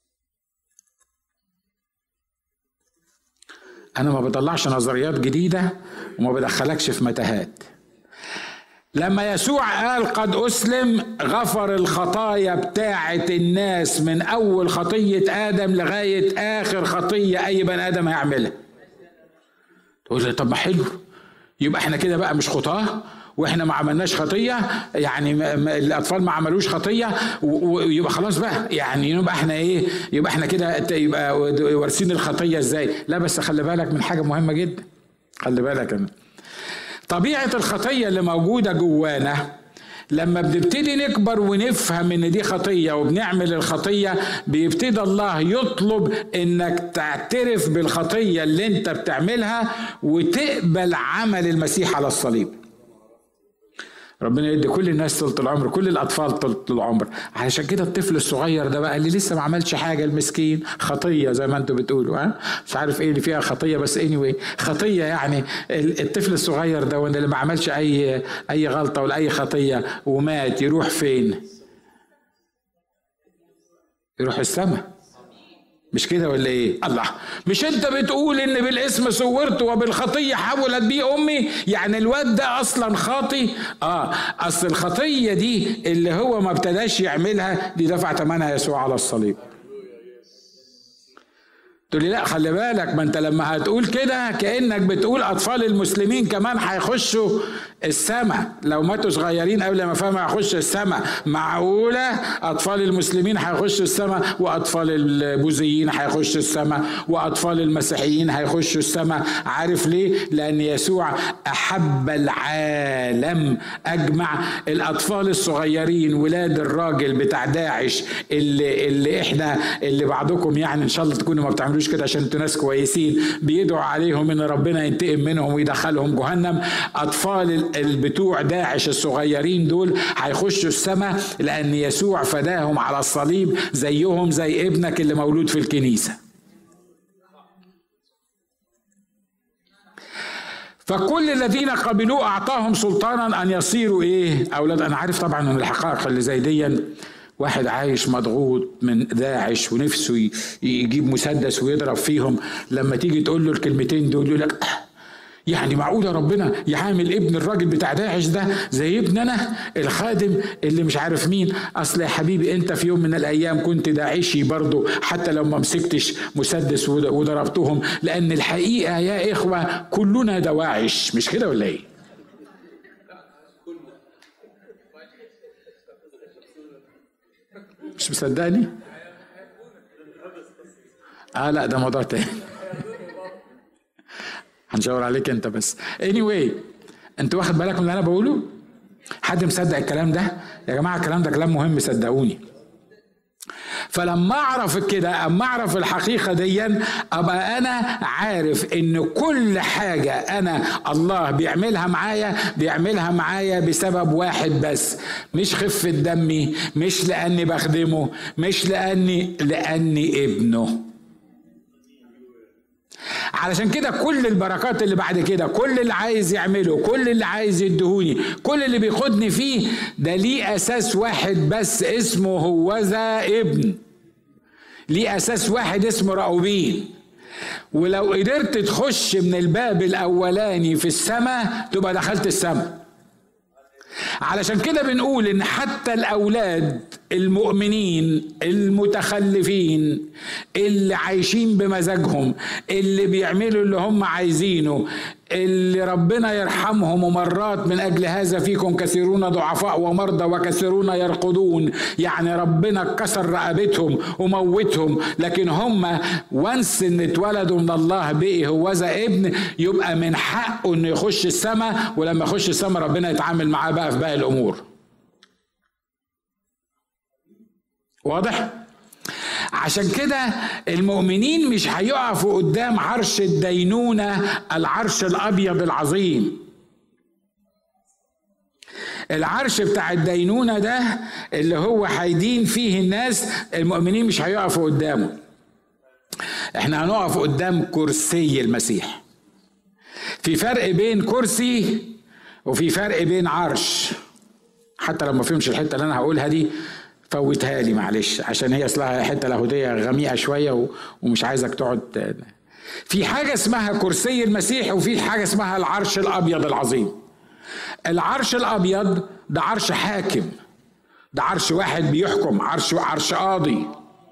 أنا ما بطلعش نظريات جديدة وما بدخلكش في متاهات. لما يسوع قال قد أسلم، غفر الخطايا بتاعة الناس من أول خطية آدم لغاية آخر خطية أي بني آدم هيعملها. تقول لي طب ما حلو، يبقى احنا كده بقى مش خطاه واحنا ما عملناش خطيه، يعني الاطفال ما عملوش خطيه ويبقى خلاص بقى، يعني يبقى احنا ايه؟ يبقى احنا كده يبقى وارثين الخطيه ازاي؟ لا، بس خلي بالك من حاجه مهمه جدا. خلي بالك طبيعه الخطيه اللي موجوده جوانا لما بنبتدي نكبر ونفهم ان دي خطية وبنعمل الخطية، بيبتدي الله يطلب انك تعترف بالخطية اللي انت بتعملها وتقبل عمل المسيح على الصليب. ربنا يدي كل الناس طول العمر، كل الاطفال طول العمر. علشان كده الطفل الصغير ده بقى اللي لسه ما عملش حاجه، المسكين، خطيه زي ما انتوا بتقولوا، مش عارف ايه اللي فيها خطيه، بس anyway خطيه. يعني الطفل الصغير ده اللي ما عملش اي غلطه ولا اي خطيه ومات، يروح فين؟ يروح السماء، مش كده ولا ايه؟ الله، مش انت بتقول ان بالاسم صورت وبالخطيه حولت بيه امي؟ يعني الواد ده اصلا خاطي. اصل الخطيه دي اللي هو ما ابتداش يعملها دي دفع ثمنها يسوع على الصليب. تقول لي لا خلي بالك، ما انت لما هتقول كده كأنك بتقول اطفال المسلمين كمان هيخشوا السماء لو ماتوا صغيرين قبل ما فهموا هيخشوا السماء. معقولة اطفال المسلمين هيخشوا السماء واطفال البوذيين هيخشوا السماء واطفال المسيحيين هيخشوا السماء؟ عارف ليه؟ لان يسوع احب العالم اجمع. الاطفال الصغيرين ولاد الراجل بتاع داعش اللي بعضكم يعني ان شاء الله تكونوا ما بتعملوش كده عشان انتوا ناس كويسين، بيدعوا عليهم ان ربنا ينتقم منهم ويدخلهم جهنم. اطفال البتوع داعش الصغيرين دول هيخشوا السماء لان يسوع فداهم على الصليب، زيهم زي ابنك اللي مولود في الكنيسة. فكل الذين قبلوه اعطاهم سلطانا ان يصيروا اولاد. انا عارف طبعا ان الحقائق اللي زي دي واحد عايش مضغوط من داعش ونفسه يجيب مسدس ويضرب فيهم، لما تيجي تقول له الكلمتين دول يقول لك يعني معقولة ربنا يعامل ابن الراجل بتاع داعش ده زي ابن انا الخادم اللي مش عارف مين؟ اصل يا حبيبي انت في يوم من الايام كنت داعشي برضو حتى لو ما مسكتش مسدس وضربتهم، لان الحقيقة يا اخوة كلنا دواعش، مش كده ولا ايه؟ مش مصدقني؟ لا ده موضوع تاني هنشاور عليك انت بس. anyway انت واخد بالك من اللي انا بقوله؟ حد مصدق الكلام ده؟ يا جماعة الكلام ده كلام مهم صدقوني. فلما اعرف كده، اما اعرف الحقيقة دي، ابقى انا عارف ان كل حاجة انا الله بيعملها معايا بسبب واحد بس، مش خفة دمي، مش لاني بخدمه، مش لاني ابنه. علشان كده كل البركات اللي بعد كده، كل اللي عايز يعمله، كل اللي عايز يدهوني، كل اللي بيخدني فيه، ده ليه اساس واحد بس اسمه هوذا ابن، ليه اساس واحد اسمه راؤوبين. ولو قدرت تخش من الباب الاولاني في السماء تبقى دخلت السماء. علشان كده بنقول ان حتى الاولاد المؤمنين المتخلفين اللي عايشين بمزاجهم، اللي بيعملوا اللي هم عايزينه، اللي ربنا يرحمهم، ومرات من اجل هذا فيكم كثيرون ضعفاء ومرضى وكثيرون يرقدون، يعني ربنا كسر رقبتهم وموتهم، لكن هم وانس ان اتولدوا من الله بقي هوذا ابن، يبقى من حقه انه يخش السماء، ولما يخش السماء ربنا يتعامل معاه بقى في باقي الامور. واضح؟ عشان كده المؤمنين مش هيقفوا قدام عرش الدينونة، العرش الأبيض العظيم. العرش بتاع الدينونة ده اللي هو هيدين فيه الناس، المؤمنين مش هيقفوا قدامه. احنا هنقف قدام كرسي المسيح. في فرق بين كرسي وفي فرق بين عرش. حتى لو ما فهمش الحتة اللي انا هقولها دي فوتها لي معلش، عشان هي اصلها حته لاهوتيه غميقه شويه ومش عايزك تقعد. في حاجه اسمها كرسي المسيح، وفي حاجه اسمها العرش الابيض العظيم. العرش الابيض ده عرش حاكم، ده عرش واحد بيحكم، عرش قاضي.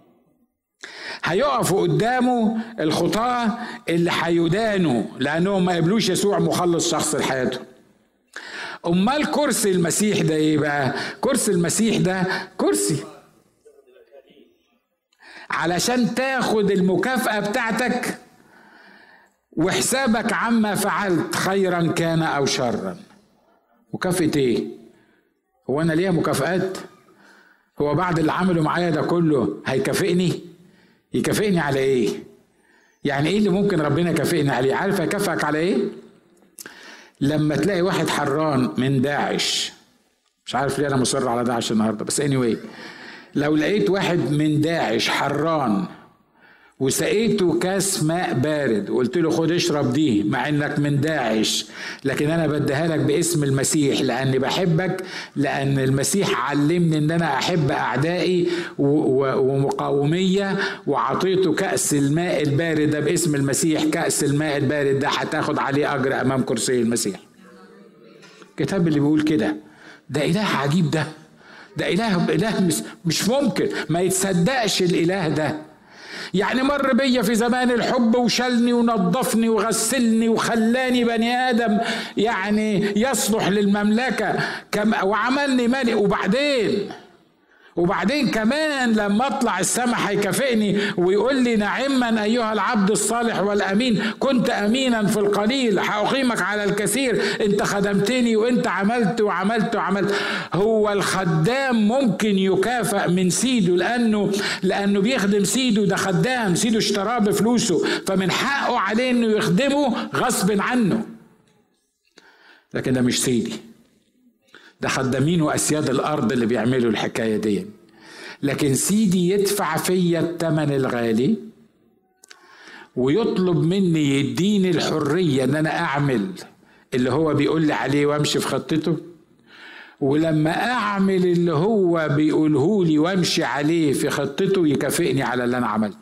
هيقفوا قدامه الخطاه اللي هيدانوا لانهم ما قبلوش يسوع مخلص شخص لحياتهم. امال كرسي المسيح ده ايه بقى؟ كرسي المسيح ده كرسي علشان تاخد المكافأة بتاعتك وحسابك عما فعلت خيرا كان او شرا. مكافأة ايه؟ هو انا ليا مكافآت؟ هو بعد اللي عمله معايا ده كله هيكافئني؟ يكافئني على ايه؟ يعني ايه اللي ممكن ربنا يكافئني عليه؟ عارف هيكافئك على ايه؟ لما تلاقي واحد حران من داعش، مش عارف ليه انا مصر على داعش النهارده، بس anyway، لو لقيت واحد من داعش حران وسقيته كاس ماء بارد وقلت له خد اشرب دي مع انك من داعش، لكن انا بديها لك باسم المسيح لاني بحبك، لان المسيح علمني ان انا احب اعدائي ومقاومية، وعطيته كأس الماء البارد ده باسم المسيح. كأس الماء البارد ده هتاخد عليه اجر امام كرسي المسيح. الكتاب اللي بيقول كده، ده اله عجيب، ده اله مش ممكن، ما يتصدقش الاله ده. يعني مر بيا في زمان الحب وشلني ونظفني وغسلني وخلاني بني آدم يعني يصلح للمملكة وعملني ملك. وبعدين كمان لما اطلع السماء هيكافئني ويقول لي نعما ايها العبد الصالح والامين، كنت امينا في القليل هاقيمك على الكثير، انت خدمتني وانت عملت وعملت وعملت. هو الخدام ممكن يكافئ من سيده لانه بيخدم سيده، ده خدام سيده اشتراه بفلوسه، فمن حقه عليه انه يخدمه غصب عنه. لكن ده مش سيدي، ده خدامين وأسياد الأرض اللي بيعملوا الحكاية دي. لكن سيدي يدفع فيا الثمن الغالي ويطلب مني يديني الحرية ان انا اعمل اللي هو بيقول لي عليه وامشي في خطته، ولما اعمل اللي هو بيقوله لي وامشي عليه في خطته يكافئني على اللي انا عملته.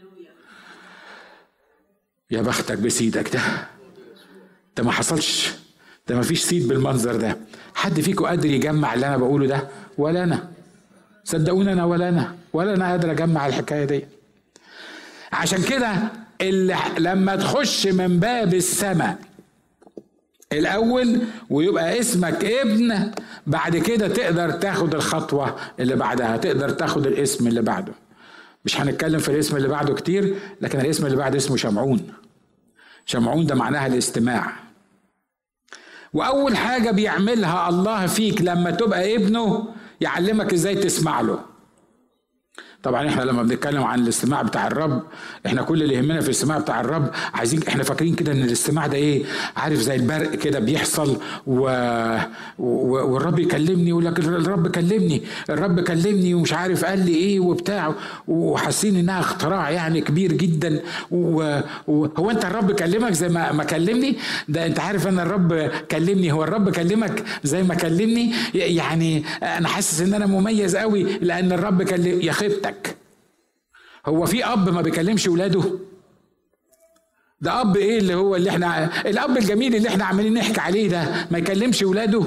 يا بختك بسيدك ده ما حصلش، ده ما فيش سيد بالمنظر ده. حد فيكم قادر يجمع اللي انا بقوله ده؟ ولا انا، صدقوني انا ولا انا قادر اجمع الحكايه دي. عشان كده لما تخش من باب السماء الاول ويبقى اسمك ابن، بعد كده تقدر تاخد الخطوه اللي بعدها، تقدر تاخد الاسم اللي بعده. مش هنتكلم في الاسم اللي بعده كتير، لكن الاسم اللي بعده اسمه شمعون. شمعون ده معناها الاستماع. واول حاجة بيعملها الله فيك لما تبقى ابنه يعلمك ازاي تسمع له. طبعا احنا لما بنتكلم عن الاستماع بتاع الرب، احنا كل اللي يهمنا في الاستماع بتاع الرب عايزين، احنا فاكرين كده ان الاستماع ده ايه، عارف زي البرق كده بيحصل والرب يكلمني يقول لك الرب كلمني ومش عارف قال لي ايه وبتاع، وحاسين انها اختراع يعني كبير جدا. هو انت الرب كلمك زي ما كلمني؟ ده انت عارف ان الرب كلمني، هو الرب كلمك زي ما كلمني؟ يعني انا حاسس ان انا مميز قوي لان الرب كلم. يا خيبتك، هو في اب ما بيكلمش ولاده؟ ده اب ايه اللي احنا الاب الجميل اللي احنا عمالين نحكي عليه ده ما يكلمش ولاده؟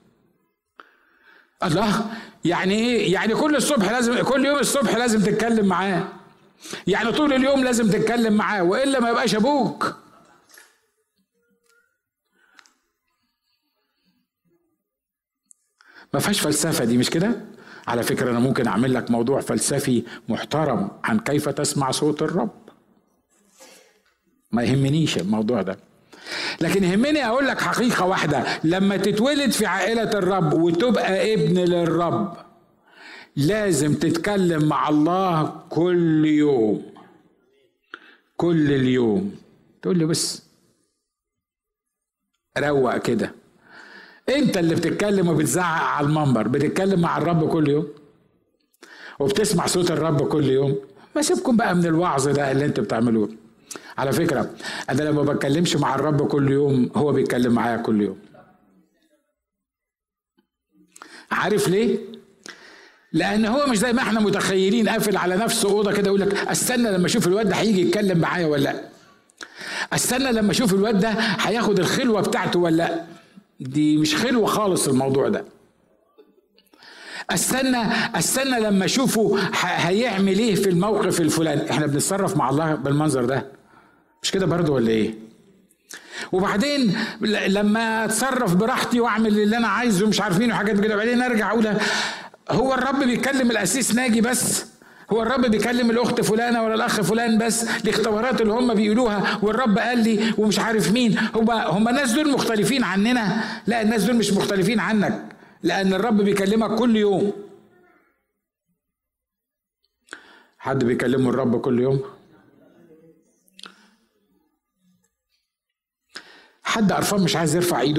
الله، يعني ايه؟ يعني كل يوم الصبح لازم تتكلم معاه، يعني طول اليوم لازم تتكلم معاه، والا ما يبقاش ابوك. ما فيهاش فلسفه دي، مش كده؟ على فكرة أنا ممكن أعمل لك موضوع فلسفي محترم عن كيف تسمع صوت الرب، ما يهمنيش الموضوع ده، لكن يهمني أقول لك حقيقة واحدة. لما تتولد في عائلة الرب وتبقى ابن للرب لازم تتكلم مع الله كل يوم، كل اليوم. تقول لي بس روق كده، انت اللي بتتكلم وبتزعق على المنبر، بتتكلم مع الرب كل يوم وبتسمع صوت الرب كل يوم. ما سيبكم بقى من الوعظ ده اللي انت بتعملوه. على فكرة انا لما بتكلمش مع الرب كل يوم هو بيتكلم معايا كل يوم. عارف ليه؟ لان هو مش زي ما احنا متخيلين قافل على نفسه اوضه كده يقول لك استنى لما اشوف الواد ده هيجي يتكلم معايا ولا لا، استنى لما اشوف الواد ده هياخد الخلوه بتاعته ولا لا. دي مش خلوة خالص الموضوع ده. استنى لما اشوفه هيعمل ايه في الموقف الفلاني. احنا بنتصرف مع الله بالمنظر ده، مش كده برضو ولا ايه؟ وبعدين لما اتصرف براحتي واعمل اللي انا عايزه مش عارفين وحاجات كده، بعدين ارجع اقول هو الرب بيكلم القسيس ناجي بس؟ هو الرب بيكلم الاخت فلانه ولا الاخ فلان بس؟ الاختبارات اللي هم بيقولوها والرب قال لي ومش عارف مين، هم الناس دول مختلفين عننا؟ لا، الناس دول مش مختلفين عنك، لان الرب بيكلمك كل يوم. حد بيكلمه الرب كل يوم؟ حد قرفان مش عايز يرفع ايده؟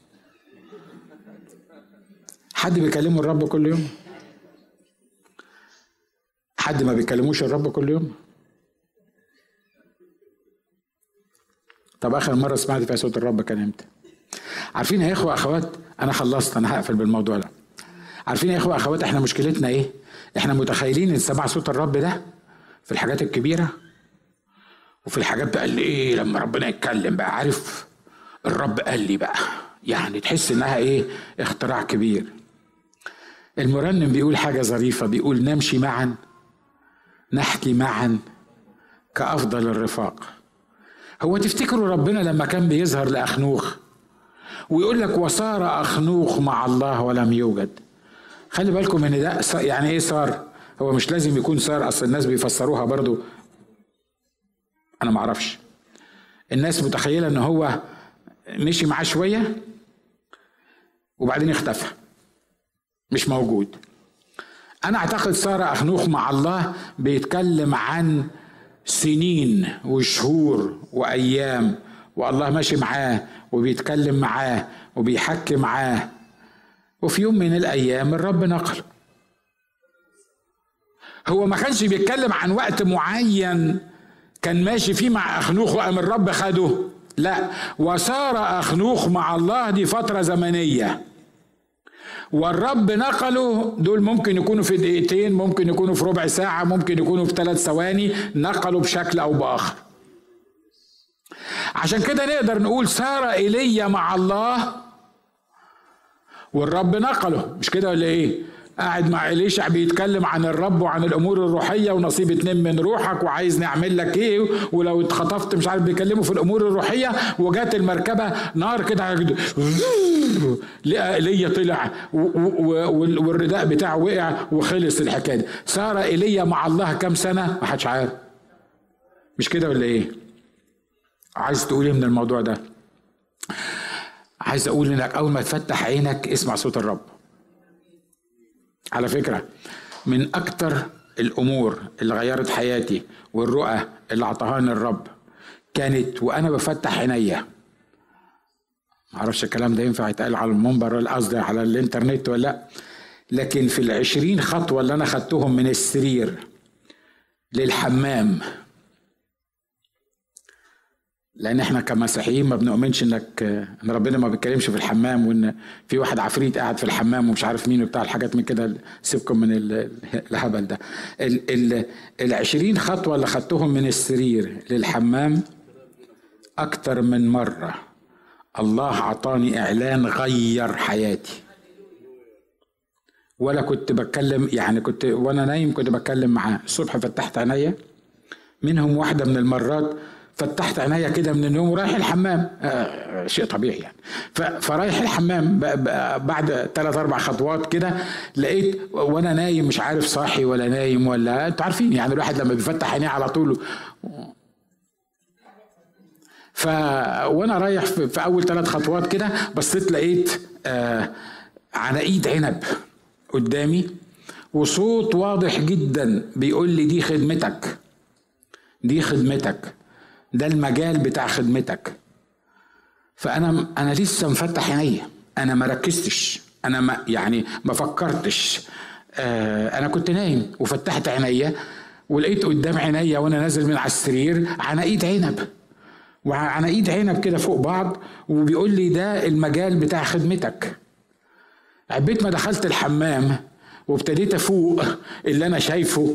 حد بيكلمه الرب كل يوم؟ حد ما بيكلموش الرب كل يوم؟ طب اخر مره سمعت فيها صوت الرب كان امتى؟ عارفين يا اخوه اخوات، انا خلصت، انا هقفل بالموضوع ده. عارفين يا اخوه اخوات احنا مشكلتنا ايه؟ احنا متخيلين ان سماع صوت الرب ده في الحاجات الكبيره، وفي الحاجات بقى اللي ايه لما ربنا يتكلم بقى، عارف الرب قال لي بقى، يعني تحس انها ايه، اختراع كبير. المرنم بيقول حاجه ظريفه، بيقول نمشي معا، نحكي معا، كأفضل الرفاق. هو تفتكروا ربنا لما كان بيظهر لأخنوخ ويقول لك وصار أخنوخ مع الله ولم يوجد؟ خلي بالكم ان ده يعني ايه صار. هو مش لازم يكون صار، اصل الناس بيفسروها برضو، انا معرفش. الناس متخيلة ان هو مشي معاه شوية وبعدين اختفى مش موجود. انا اعتقد صار أخنوخ مع الله بيتكلم عن سنين وشهور وايام، والله ماشي معاه وبيتكلم معاه وبيحكي معاه، وفي يوم من الايام الرب نقله. هو ما كانش بيتكلم عن وقت معين كان ماشي فيه مع أخنوخ وقام الرب خده، لا، وصار أخنوخ مع الله دي فترة زمنية، والرب نقله. دول ممكن يكونوا في دقيقتين، ممكن يكونوا في ربع ساعة، ممكن يكونوا في 3 ثواني، نقلوا بشكل أو بآخر. عشان كده نقدر نقول صار إيليا مع الله والرب نقله، مش كده ولا ايه؟ قاعد مع إليشع بيتكلم عن الرب وعن الامور الروحيه ونصيب 2 من روحك وعايز نعمل لك ايه، ولو اتخطفت مش عارف، بيكلموا في الامور الروحيه. وجات المركبه نار كده لقى ايليا طلع والرداء بتاعه وقع وخلص الحكايه دي. صار ايليا مع الله كام سنه؟ ما حدش عارف، مش كده ولا ايه؟ عايز تقول ايه من الموضوع ده؟ عايز اقول انك اول ما تفتح عينك اسمع صوت الرب. على فكرة من اكتر الامور اللي غيرت حياتي والرؤى اللي اعطاهاني الرب كانت وانا بفتح عينيا. معرفش الكلام ده ينفع يتقال على المنبر ولا قصدي على الانترنت ولا لا، لكن في 20 خطوة اللي انا خدتهم من السرير للحمام، لان احنا كمسيحيين ما بنؤمنش ان ربنا ما بيتكلمش في الحمام، وان في واحد عفريت قاعد في الحمام ومش عارف مين وبتاع الحاجات من كده. سيبكم من الهبل ده. 20 خطوة اللي خدتهم من السرير للحمام اكتر من مرة الله عطاني اعلان غير حياتي. ولا كنت بتكلم، يعني كنت وانا نايم كنت بتكلم معاه الصبح، فتحت عينيا منهم واحدة من المرات، فتحت عينيا كده من النوم ورايح الحمام، شيء طبيعي يعني. فرايح الحمام بعد 3-4 خطوات كده لقيت وانا نايم مش عارف صاحي ولا نايم ولا، انتوا عارفين يعني الواحد لما بيفتح عينيه على طول. وانا رايح في اول 3 خطوات كده بصيت لقيت عناقيد عنب قدامي، وصوت واضح جدا بيقول لي دي خدمتك، دي خدمتك، ده المجال بتاع خدمتك. فانا لسه مفتح عينيا، انا ما ركزتش، انا ما فكرتش، انا كنت نايم وفتحت عينيا ولقيت قدام عينيا وانا نازل من على السرير عناقيد عنب، وعناقيد عنب كده فوق بعض، وبيقول لي ده المجال بتاع خدمتك. عبيت ما دخلت الحمام وابتديت افوق اللي انا شايفه،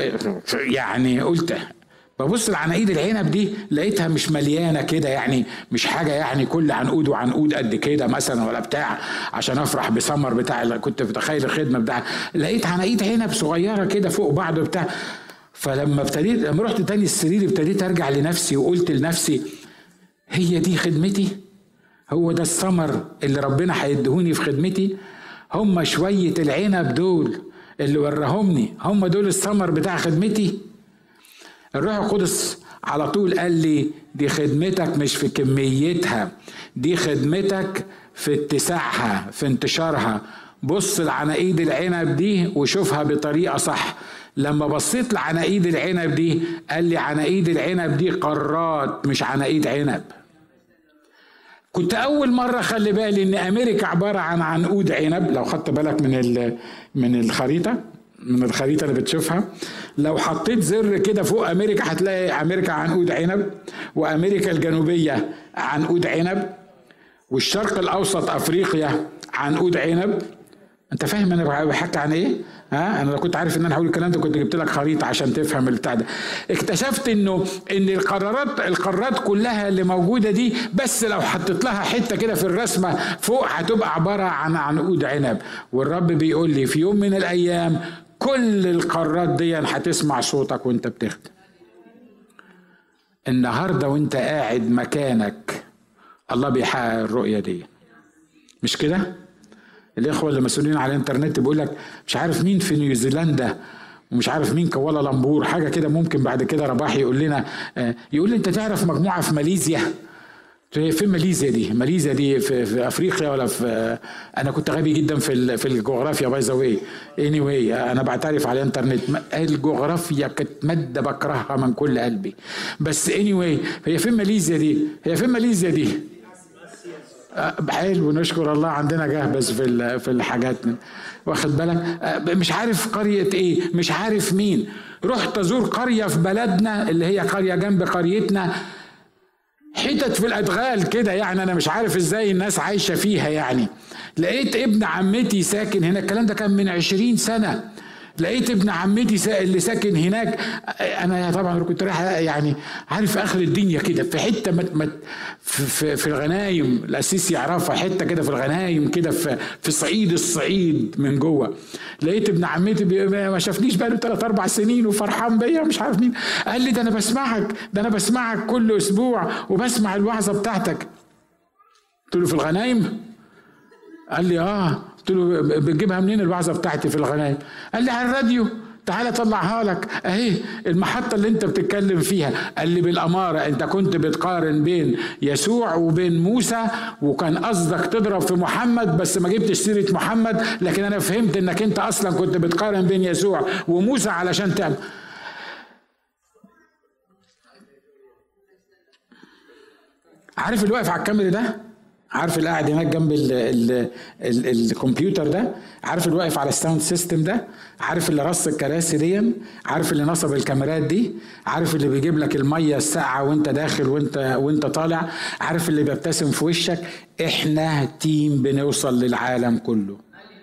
يعني قلت ببص العناقيد العنب دي لقيتها مش مليانه كده، يعني مش حاجه يعني كل عنقود وعنقود قد كده مثلا ولا بتاع عشان افرح بثمر بتاع اللي كنت متخيل الخدمه بتاع. لقيت عناقيد عنب صغيره كده فوق بعض وبتاع. فلما رحت تاني السرير ابتديت ارجع لنفسي وقلت لنفسي هي دي خدمتي؟ هو ده الثمر اللي ربنا هيدهوني في خدمتي؟ هم شويه العنب دول اللي وراهمني هم دول الثمر بتاع خدمتي؟ الروح القدس على طول قال لي دي خدمتك مش في كميتها، دي خدمتك في اتساعها، في انتشارها. بص العناقيد العنب دي وشوفها بطريقة صح. لما بصيت لعناقيد العنب دي قال لي عناقيد العنب دي قارات مش عناقيد عنب. كنت اول مرة خلي بالي ان امريكا عبارة عن عنقود عنب. لو خدت بالك من الخريطة اللي بتشوفها، لو حطيت زر كده فوق امريكا هتلاقي امريكا عنقود عنب، وامريكا الجنوبية عنقود عنب، والشرق الاوسط افريقيا عنقود عنب. انت فاهم انا بحكي عن ايه؟ انا لو كنت عارف ان انا هقول الكلام ده كنت جبت لك خريطه عشان تفهم البتاع ده. اكتشفت ان القارات كلها اللي موجوده دي، بس لو حطيت لها حته كده في الرسمه فوق هتبقى عباره عن عنقود عنب. والرب بيقول لي في يوم من الايام كل القارات دي هتسمع صوتك وانت بتخدم. النهارده وانت قاعد مكانك الله بيحقق الرؤيه دي، مش كده؟ الاخوه اللي مسؤولين على الانترنت بيقول لك مش عارف مين في نيوزيلندا ومش عارف مين كوالالمبور حاجه كده، ممكن بعد كده رباح يقول لنا، يقول لي انت تعرف مجموعه في ماليزيا؟ في ماليزيا دي، ماليزيا دي في افريقيا ولا في، انا كنت غبي جدا في الجغرافيا باي ذا واي، اني واي انا بعترف على الانترنت الجغرافيا كانت ماده بكرهها من كل قلبي، بس اني واي هي فين ماليزيا دي؟ هي فين ماليزيا دي؟ حلو، نشكر الله عندنا جهبذ في الحاجات، واخد بالك؟ مش عارف قرية ايه، مش عارف مين. رحت ازور قرية في بلدنا اللي هي قرية جنب قريتنا، حتت في الادغال كده، يعني انا مش عارف ازاي الناس عايشة فيها. يعني لقيت ابن عمتي ساكن هنا، الكلام ده كان من 20 سنة. لقيت ابن عمتي اللي ساكن هناك، انا طبعا كنت رايح يعني عارف اخر الدنيا كده في حته في الغنايم، الاسيس يعرفها، حته كده في الغنايم كده في الصعيد من جوه. لقيت ابن عمتي ما شافنيش بقاله 3-4 سنين وفرحان بيا مش عارف مين، قال لي ده انا بسمعك كل اسبوع وبسمع الوعظه بتاعتك. قلت له في الغنايم؟ قال لي قلت له بتجيبها منين الوعظه بتاعتي في الغنايم؟ قال لي على الراديو، تعالى اطلعها لك اهي المحطه اللي انت بتتكلم فيها. قال لي بالاماره انت كنت بتقارن بين يسوع وبين موسى، وكان قصدك تضرب في محمد بس ما جبتش سيره محمد، لكن انا فهمت انك انت اصلا كنت بتقارن بين يسوع وموسى علشان تعمل. عارف اللي واقف على الكاميرا ده؟ عارف اللي قاعد هناك جنب الكمبيوتر ده؟ عارف اللي واقف على الساوند سيستم ده؟ عارف اللي رص الكراسي دي؟ عارف اللي نصب الكاميرات دي؟ عارف اللي بيجيب لك الميه الساقعه وانت داخل وانت طالع؟ عارف اللي بيبتسم في وشك؟ احنا تيم بنوصل للعالم كله.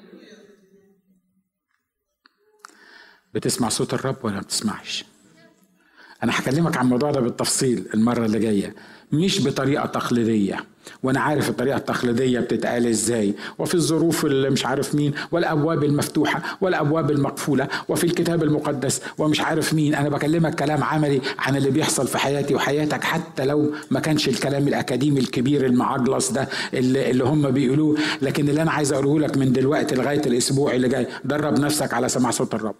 بتسمع صوت الرب ولا ما بتسمعش؟ انا هكلمك عن الموضوع ده بالتفصيل المره اللي جايه، مش بطريقه تقليديه، وانا عارف الطريقه التقليديه بتتقال ازاي، وفي الظروف اللي مش عارف مين، والابواب المفتوحه والابواب المقفوله، وفي الكتاب المقدس ومش عارف مين. انا بكلمك كلام عملي عن اللي بيحصل في حياتي وحياتك، حتى لو ما كانش الكلام الاكاديمي الكبير المعجلص ده اللي هم بيقولوه، لكن اللي انا عايز اقوله لك من دلوقتي لغايه الاسبوع اللي جاي، درب نفسك على سماع صوت الرب،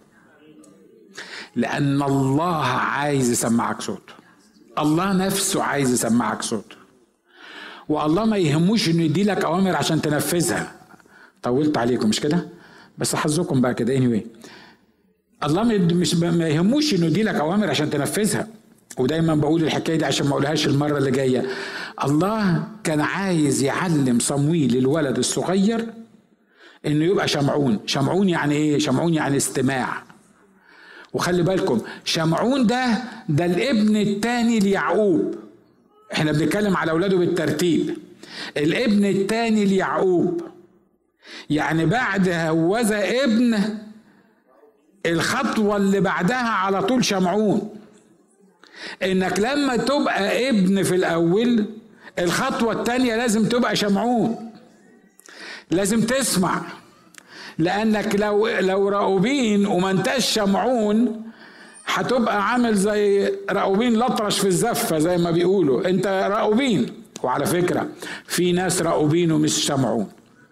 لأن الله عايز يسمعك صوت. الله نفسه عايز يسمعك صوت، والله ما يهموش انه يدي لك اوامر عشان تنفذها. طولت عليكم مش كده؟ بس حظكم بقى كده. anyway الله ما يهموش انه يدي لك اوامر عشان تنفذها، ودايما بقول الحكايه دي عشان ما اقولهاش المره اللي جايه. الله كان عايز يعلم صمويل الولد الصغير انه يبقى شمعون. شمعون يعني ايه؟ شمعون يعني استماع. وخلي بالكم شمعون ده الابن الثاني ليعقوب، احنا بنتكلم على اولاده بالترتيب. الابن الثاني ليعقوب، يعني بعد هوذا ابن، الخطوه اللي بعدها على طول شمعون. انك لما تبقى ابن في الاول، الخطوه الثانيه لازم تبقى شمعون، لازم تسمع. لانك لو راؤوبين وما انتش شمعون، هتبقى عامل زي راؤوبين لطرش في الزفه زي ما بيقولوا. انت راؤوبين، وعلى فكره في ناس راؤوبين ومش شمعون،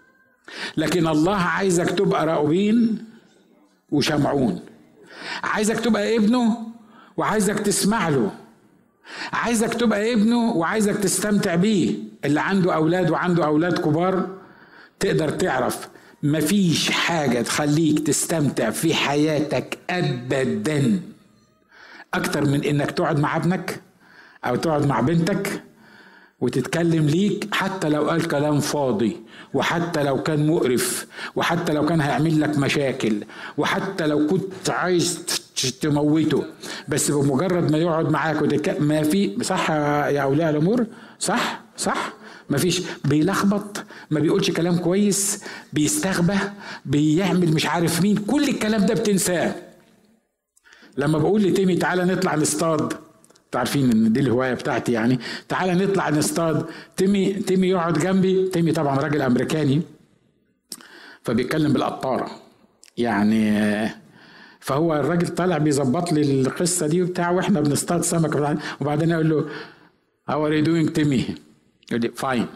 لكن الله عايزك تبقى راؤوبين وشمعون. عايزك تبقى ابنه وعايزك تسمع له، عايزك تبقى ابنه وعايزك تستمتع بيه. اللي عنده اولاد وعنده اولاد كبار تقدر تعرف مفيش حاجة تخليك تستمتع في حياتك أبدا أكتر من إنك تقعد مع ابنك أو تقعد مع بنتك وتتكلم ليك، حتى لو قال كلام فاضي، وحتى لو كان مقرف، وحتى لو كان هيعمل لك مشاكل، وحتى لو كنت عايز تموته، بس بمجرد ما يقعد معاك وتتكلم. ما في صح يا أولياء الأمور؟ صح مفيش بيلخبط، ما بيقولش كلام كويس، بيستغبى، بيعمل مش عارف مين، كل الكلام ده بتنساه. لما بقول لتيمي تعالى نطلع نصطاد، تعرفين ان دي الهوايه بتاعتي، يعني تعالى نطلع نصطاد، تيمي يقعد جنبي. تيمي طبعا راجل امريكاني فبيتكلم بالقطاره يعني، فهو الراجل طالع بيظبط لي القصه دي وبتاع، واحنا بنصطاد سمك، وبعدين اقول له how are you doing تيمي؟ يقول لي fine.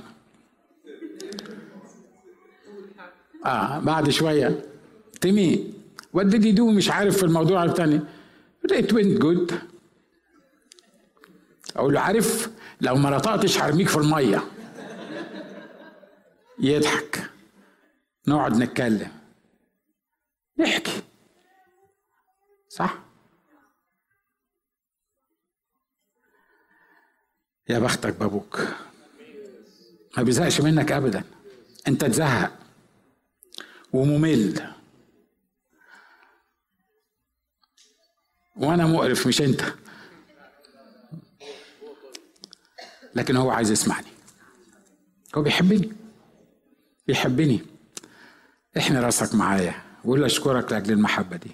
بعد شويه تيمي what did you do؟ مش عارف في الموضوع الثاني. it went good. اقول له عارف لو ما نطقتش هرميك في الميه. يضحك، نقعد نتكلم نحكي. صح؟ يا بختك بابوك، ما بيزهقش منك ابدا. انت تزهق وممل، وانا مقرف مش انت، لكن هو عايز يسمعني. هو بيحبني. احني راسك معايا وقول له اشكرك لاجل المحبه دي.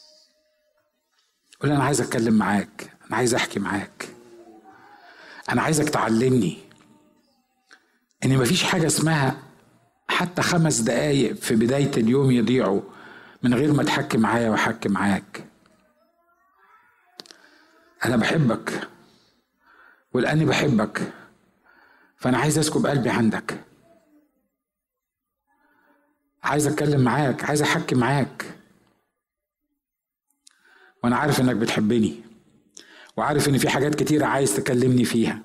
قول انا عايز اتكلم معاك، انا عايز احكي معاك، انا عايزك تعلمني ان مفيش حاجه اسمها حتى 5 دقايق في بدايه اليوم يضيعوا من غير ما تحكي معايا واحكي معاك. انا بحبك، ولاني بحبك فانا عايز اسكب قلبي عندك، عايز اتكلم معاك، عايز احكي معاك، وانا عارف انك بتحبني، وعارف ان في حاجات كتيرة عايز تكلمني فيها.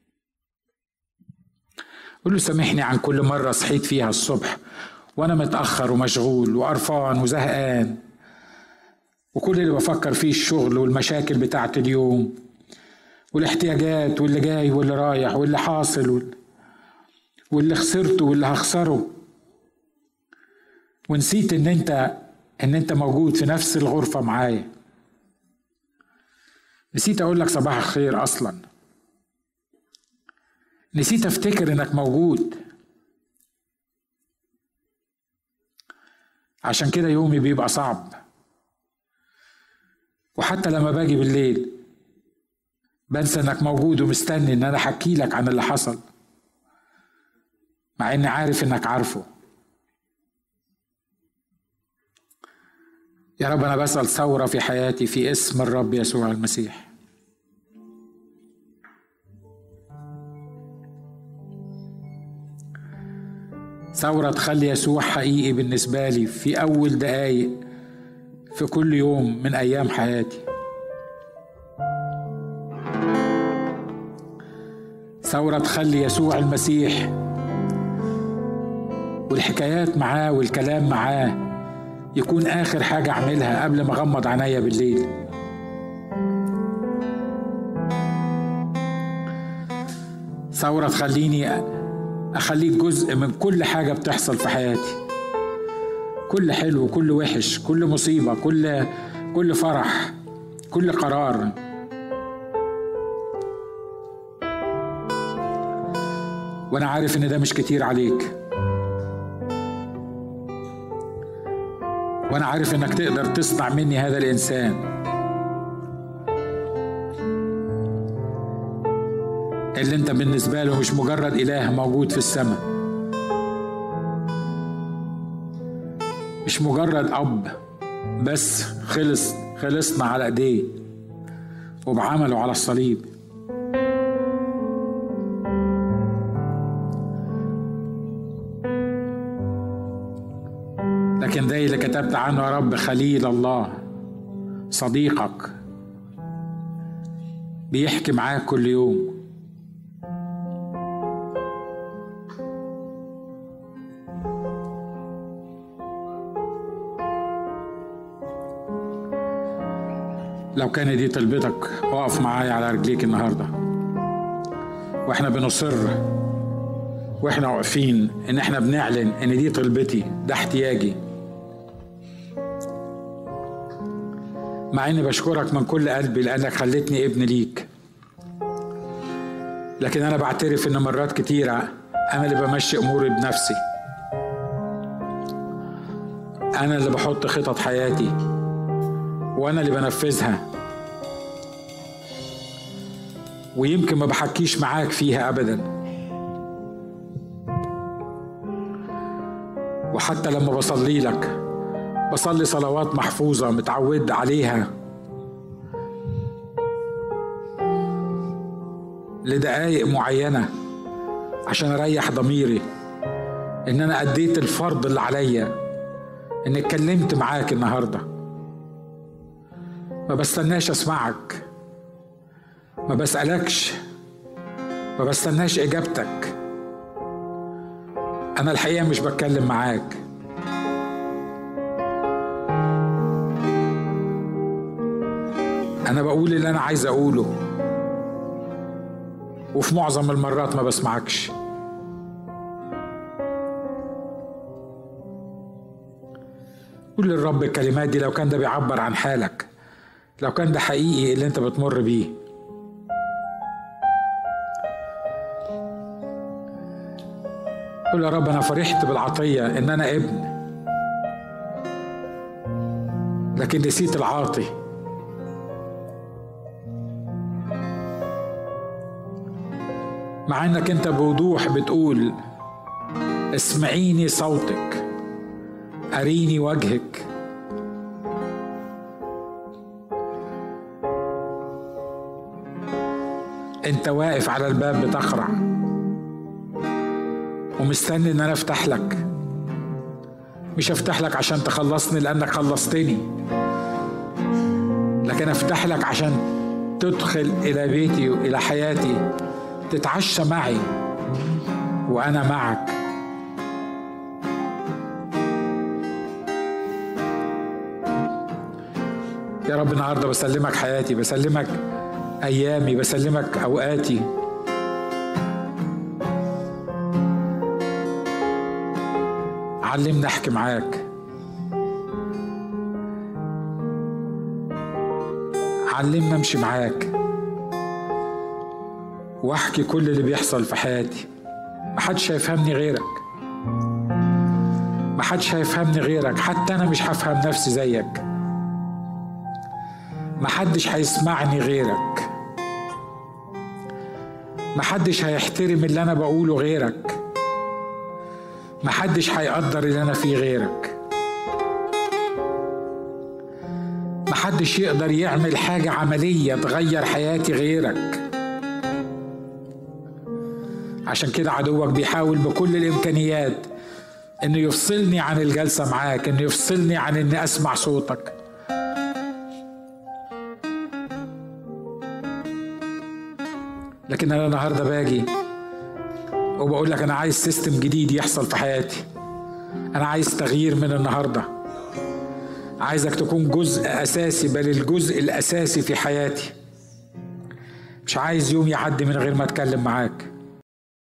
قول له سامحني عن كل مرة صحيت فيها الصبح وانا متأخر ومشغول وقرفان وزهقان، وكل اللي بفكر فيه الشغل والمشاكل بتاعت اليوم والاحتياجات واللي جاي واللي رايح واللي حاصل واللي خسرته واللي هخسره، ونسيت ان انت موجود في نفس الغرفة معايا. نسيت اقول لك صباح الخير اصلا، نسيت افتكر انك موجود. عشان كده يومي بيبقى صعب، وحتى لما باجي بالليل بنسى انك موجود ومستني ان انا احكي لك عن اللي حصل، مع اني عارف انك عارفه. يا رب انا بسأل ثورة في حياتي في اسم الرب يسوع المسيح. ثورة تخلي يسوع حقيقي بالنسبة لي في اول دقايق في كل يوم من ايام حياتي. ثورة تخلي يسوع المسيح والحكايات معاه والكلام معاه يكون آخر حاجة أعملها قبل ما أغمض عينيا بالليل. ثورة تخليني أخليك جزء من كل حاجة بتحصل في حياتي، كل حلو كل وحش، كل مصيبة، كل فرح، كل قرار. وأنا عارف إن ده مش كتير عليك، وأنا عارف إنك تقدر تصنع مني هذا الإنسان اللي أنت بالنسبة له مش مجرد إله موجود في السماء، مش مجرد أب بس خلصنا على إيديه وبعمله على الصليب، لكن ده اللي كتبت عنه يا رب، خليل الله، صديقك بيحكي معاك كل يوم. لو كان دي طلبتك اقف معايا على رجليك النهارده، واحنا بنصر واحنا واقفين ان احنا بنعلن ان دي طلبتي، ده احتياجي، مع اني بشكرك من كل قلبي لانك خلتني ابن ليك. لكن انا بعترف ان مرات كتيرة انا اللي بمشي اموري بنفسي، انا اللي بحط خطط حياتي وانا اللي بنفذها، ويمكن ما بحكيش معاك فيها ابدا. وحتى لما بصلي لك بصلي صلوات محفوظة متعود عليها لدقايق معينة عشان أريح ضميري إن أنا أديت الفرض اللي عليا، إن اتكلمت معاك النهاردة. ما بستناش أسمعك، ما بسألكش، ما بستناش إجابتك. أنا الحقيقة مش بتكلم معاك، أنا بقول اللي أنا عايز أقوله، وفي معظم المرات ما بسمعكش. قول للرب الكلمات دي لو كان ده بيعبر عن حالك، لو كان ده حقيقي اللي انت بتمر بيه. قول يا رب أنا فرحت بالعطية إن أنا ابن، لكن نسيت العاطي. مع إنك أنت بوضوح بتقول اسمعيني صوتك، أريني وجهك. أنت واقف على الباب بتخرع ومستني إن أنا أفتح لك. مش أفتح لك عشان تخلصني لأنك خلصتني، لكن أفتح لك عشان تدخل إلى بيتي وإلى حياتي، تتعشى معي وأنا معك. يا رب النهارده بسلمك حياتي، بسلمك أيامي، بسلمك أوقاتي. علمنا أحكي معاك، علمنا أمشي معاك وأحكي كل اللي بيحصل في حياتي. محدش هيفهمني غيرك، محدش هيفهمني غيرك، حتى أنا مش هفهم نفسي زيك. محدش هيسمعني غيرك، محدش هيحترم اللي أنا بقوله غيرك، محدش هيقدر اللي أنا فيه غيرك، محدش يقدر يعمل حاجة عملية تغير حياتي غيرك. عشان كده عدوك بيحاول بكل الإمكانيات إنه يفصلني عن الجلسة معاك، إنه يفصلني عن إني أسمع صوتك. لكن أنا النهاردة باجي وبقول لك أنا عايز سيستم جديد يحصل في حياتي. أنا عايز تغيير من النهاردة، عايزك تكون جزء أساسي، بل الجزء الأساسي في حياتي. مش عايز يوم يعدي من غير ما أتكلم معاك.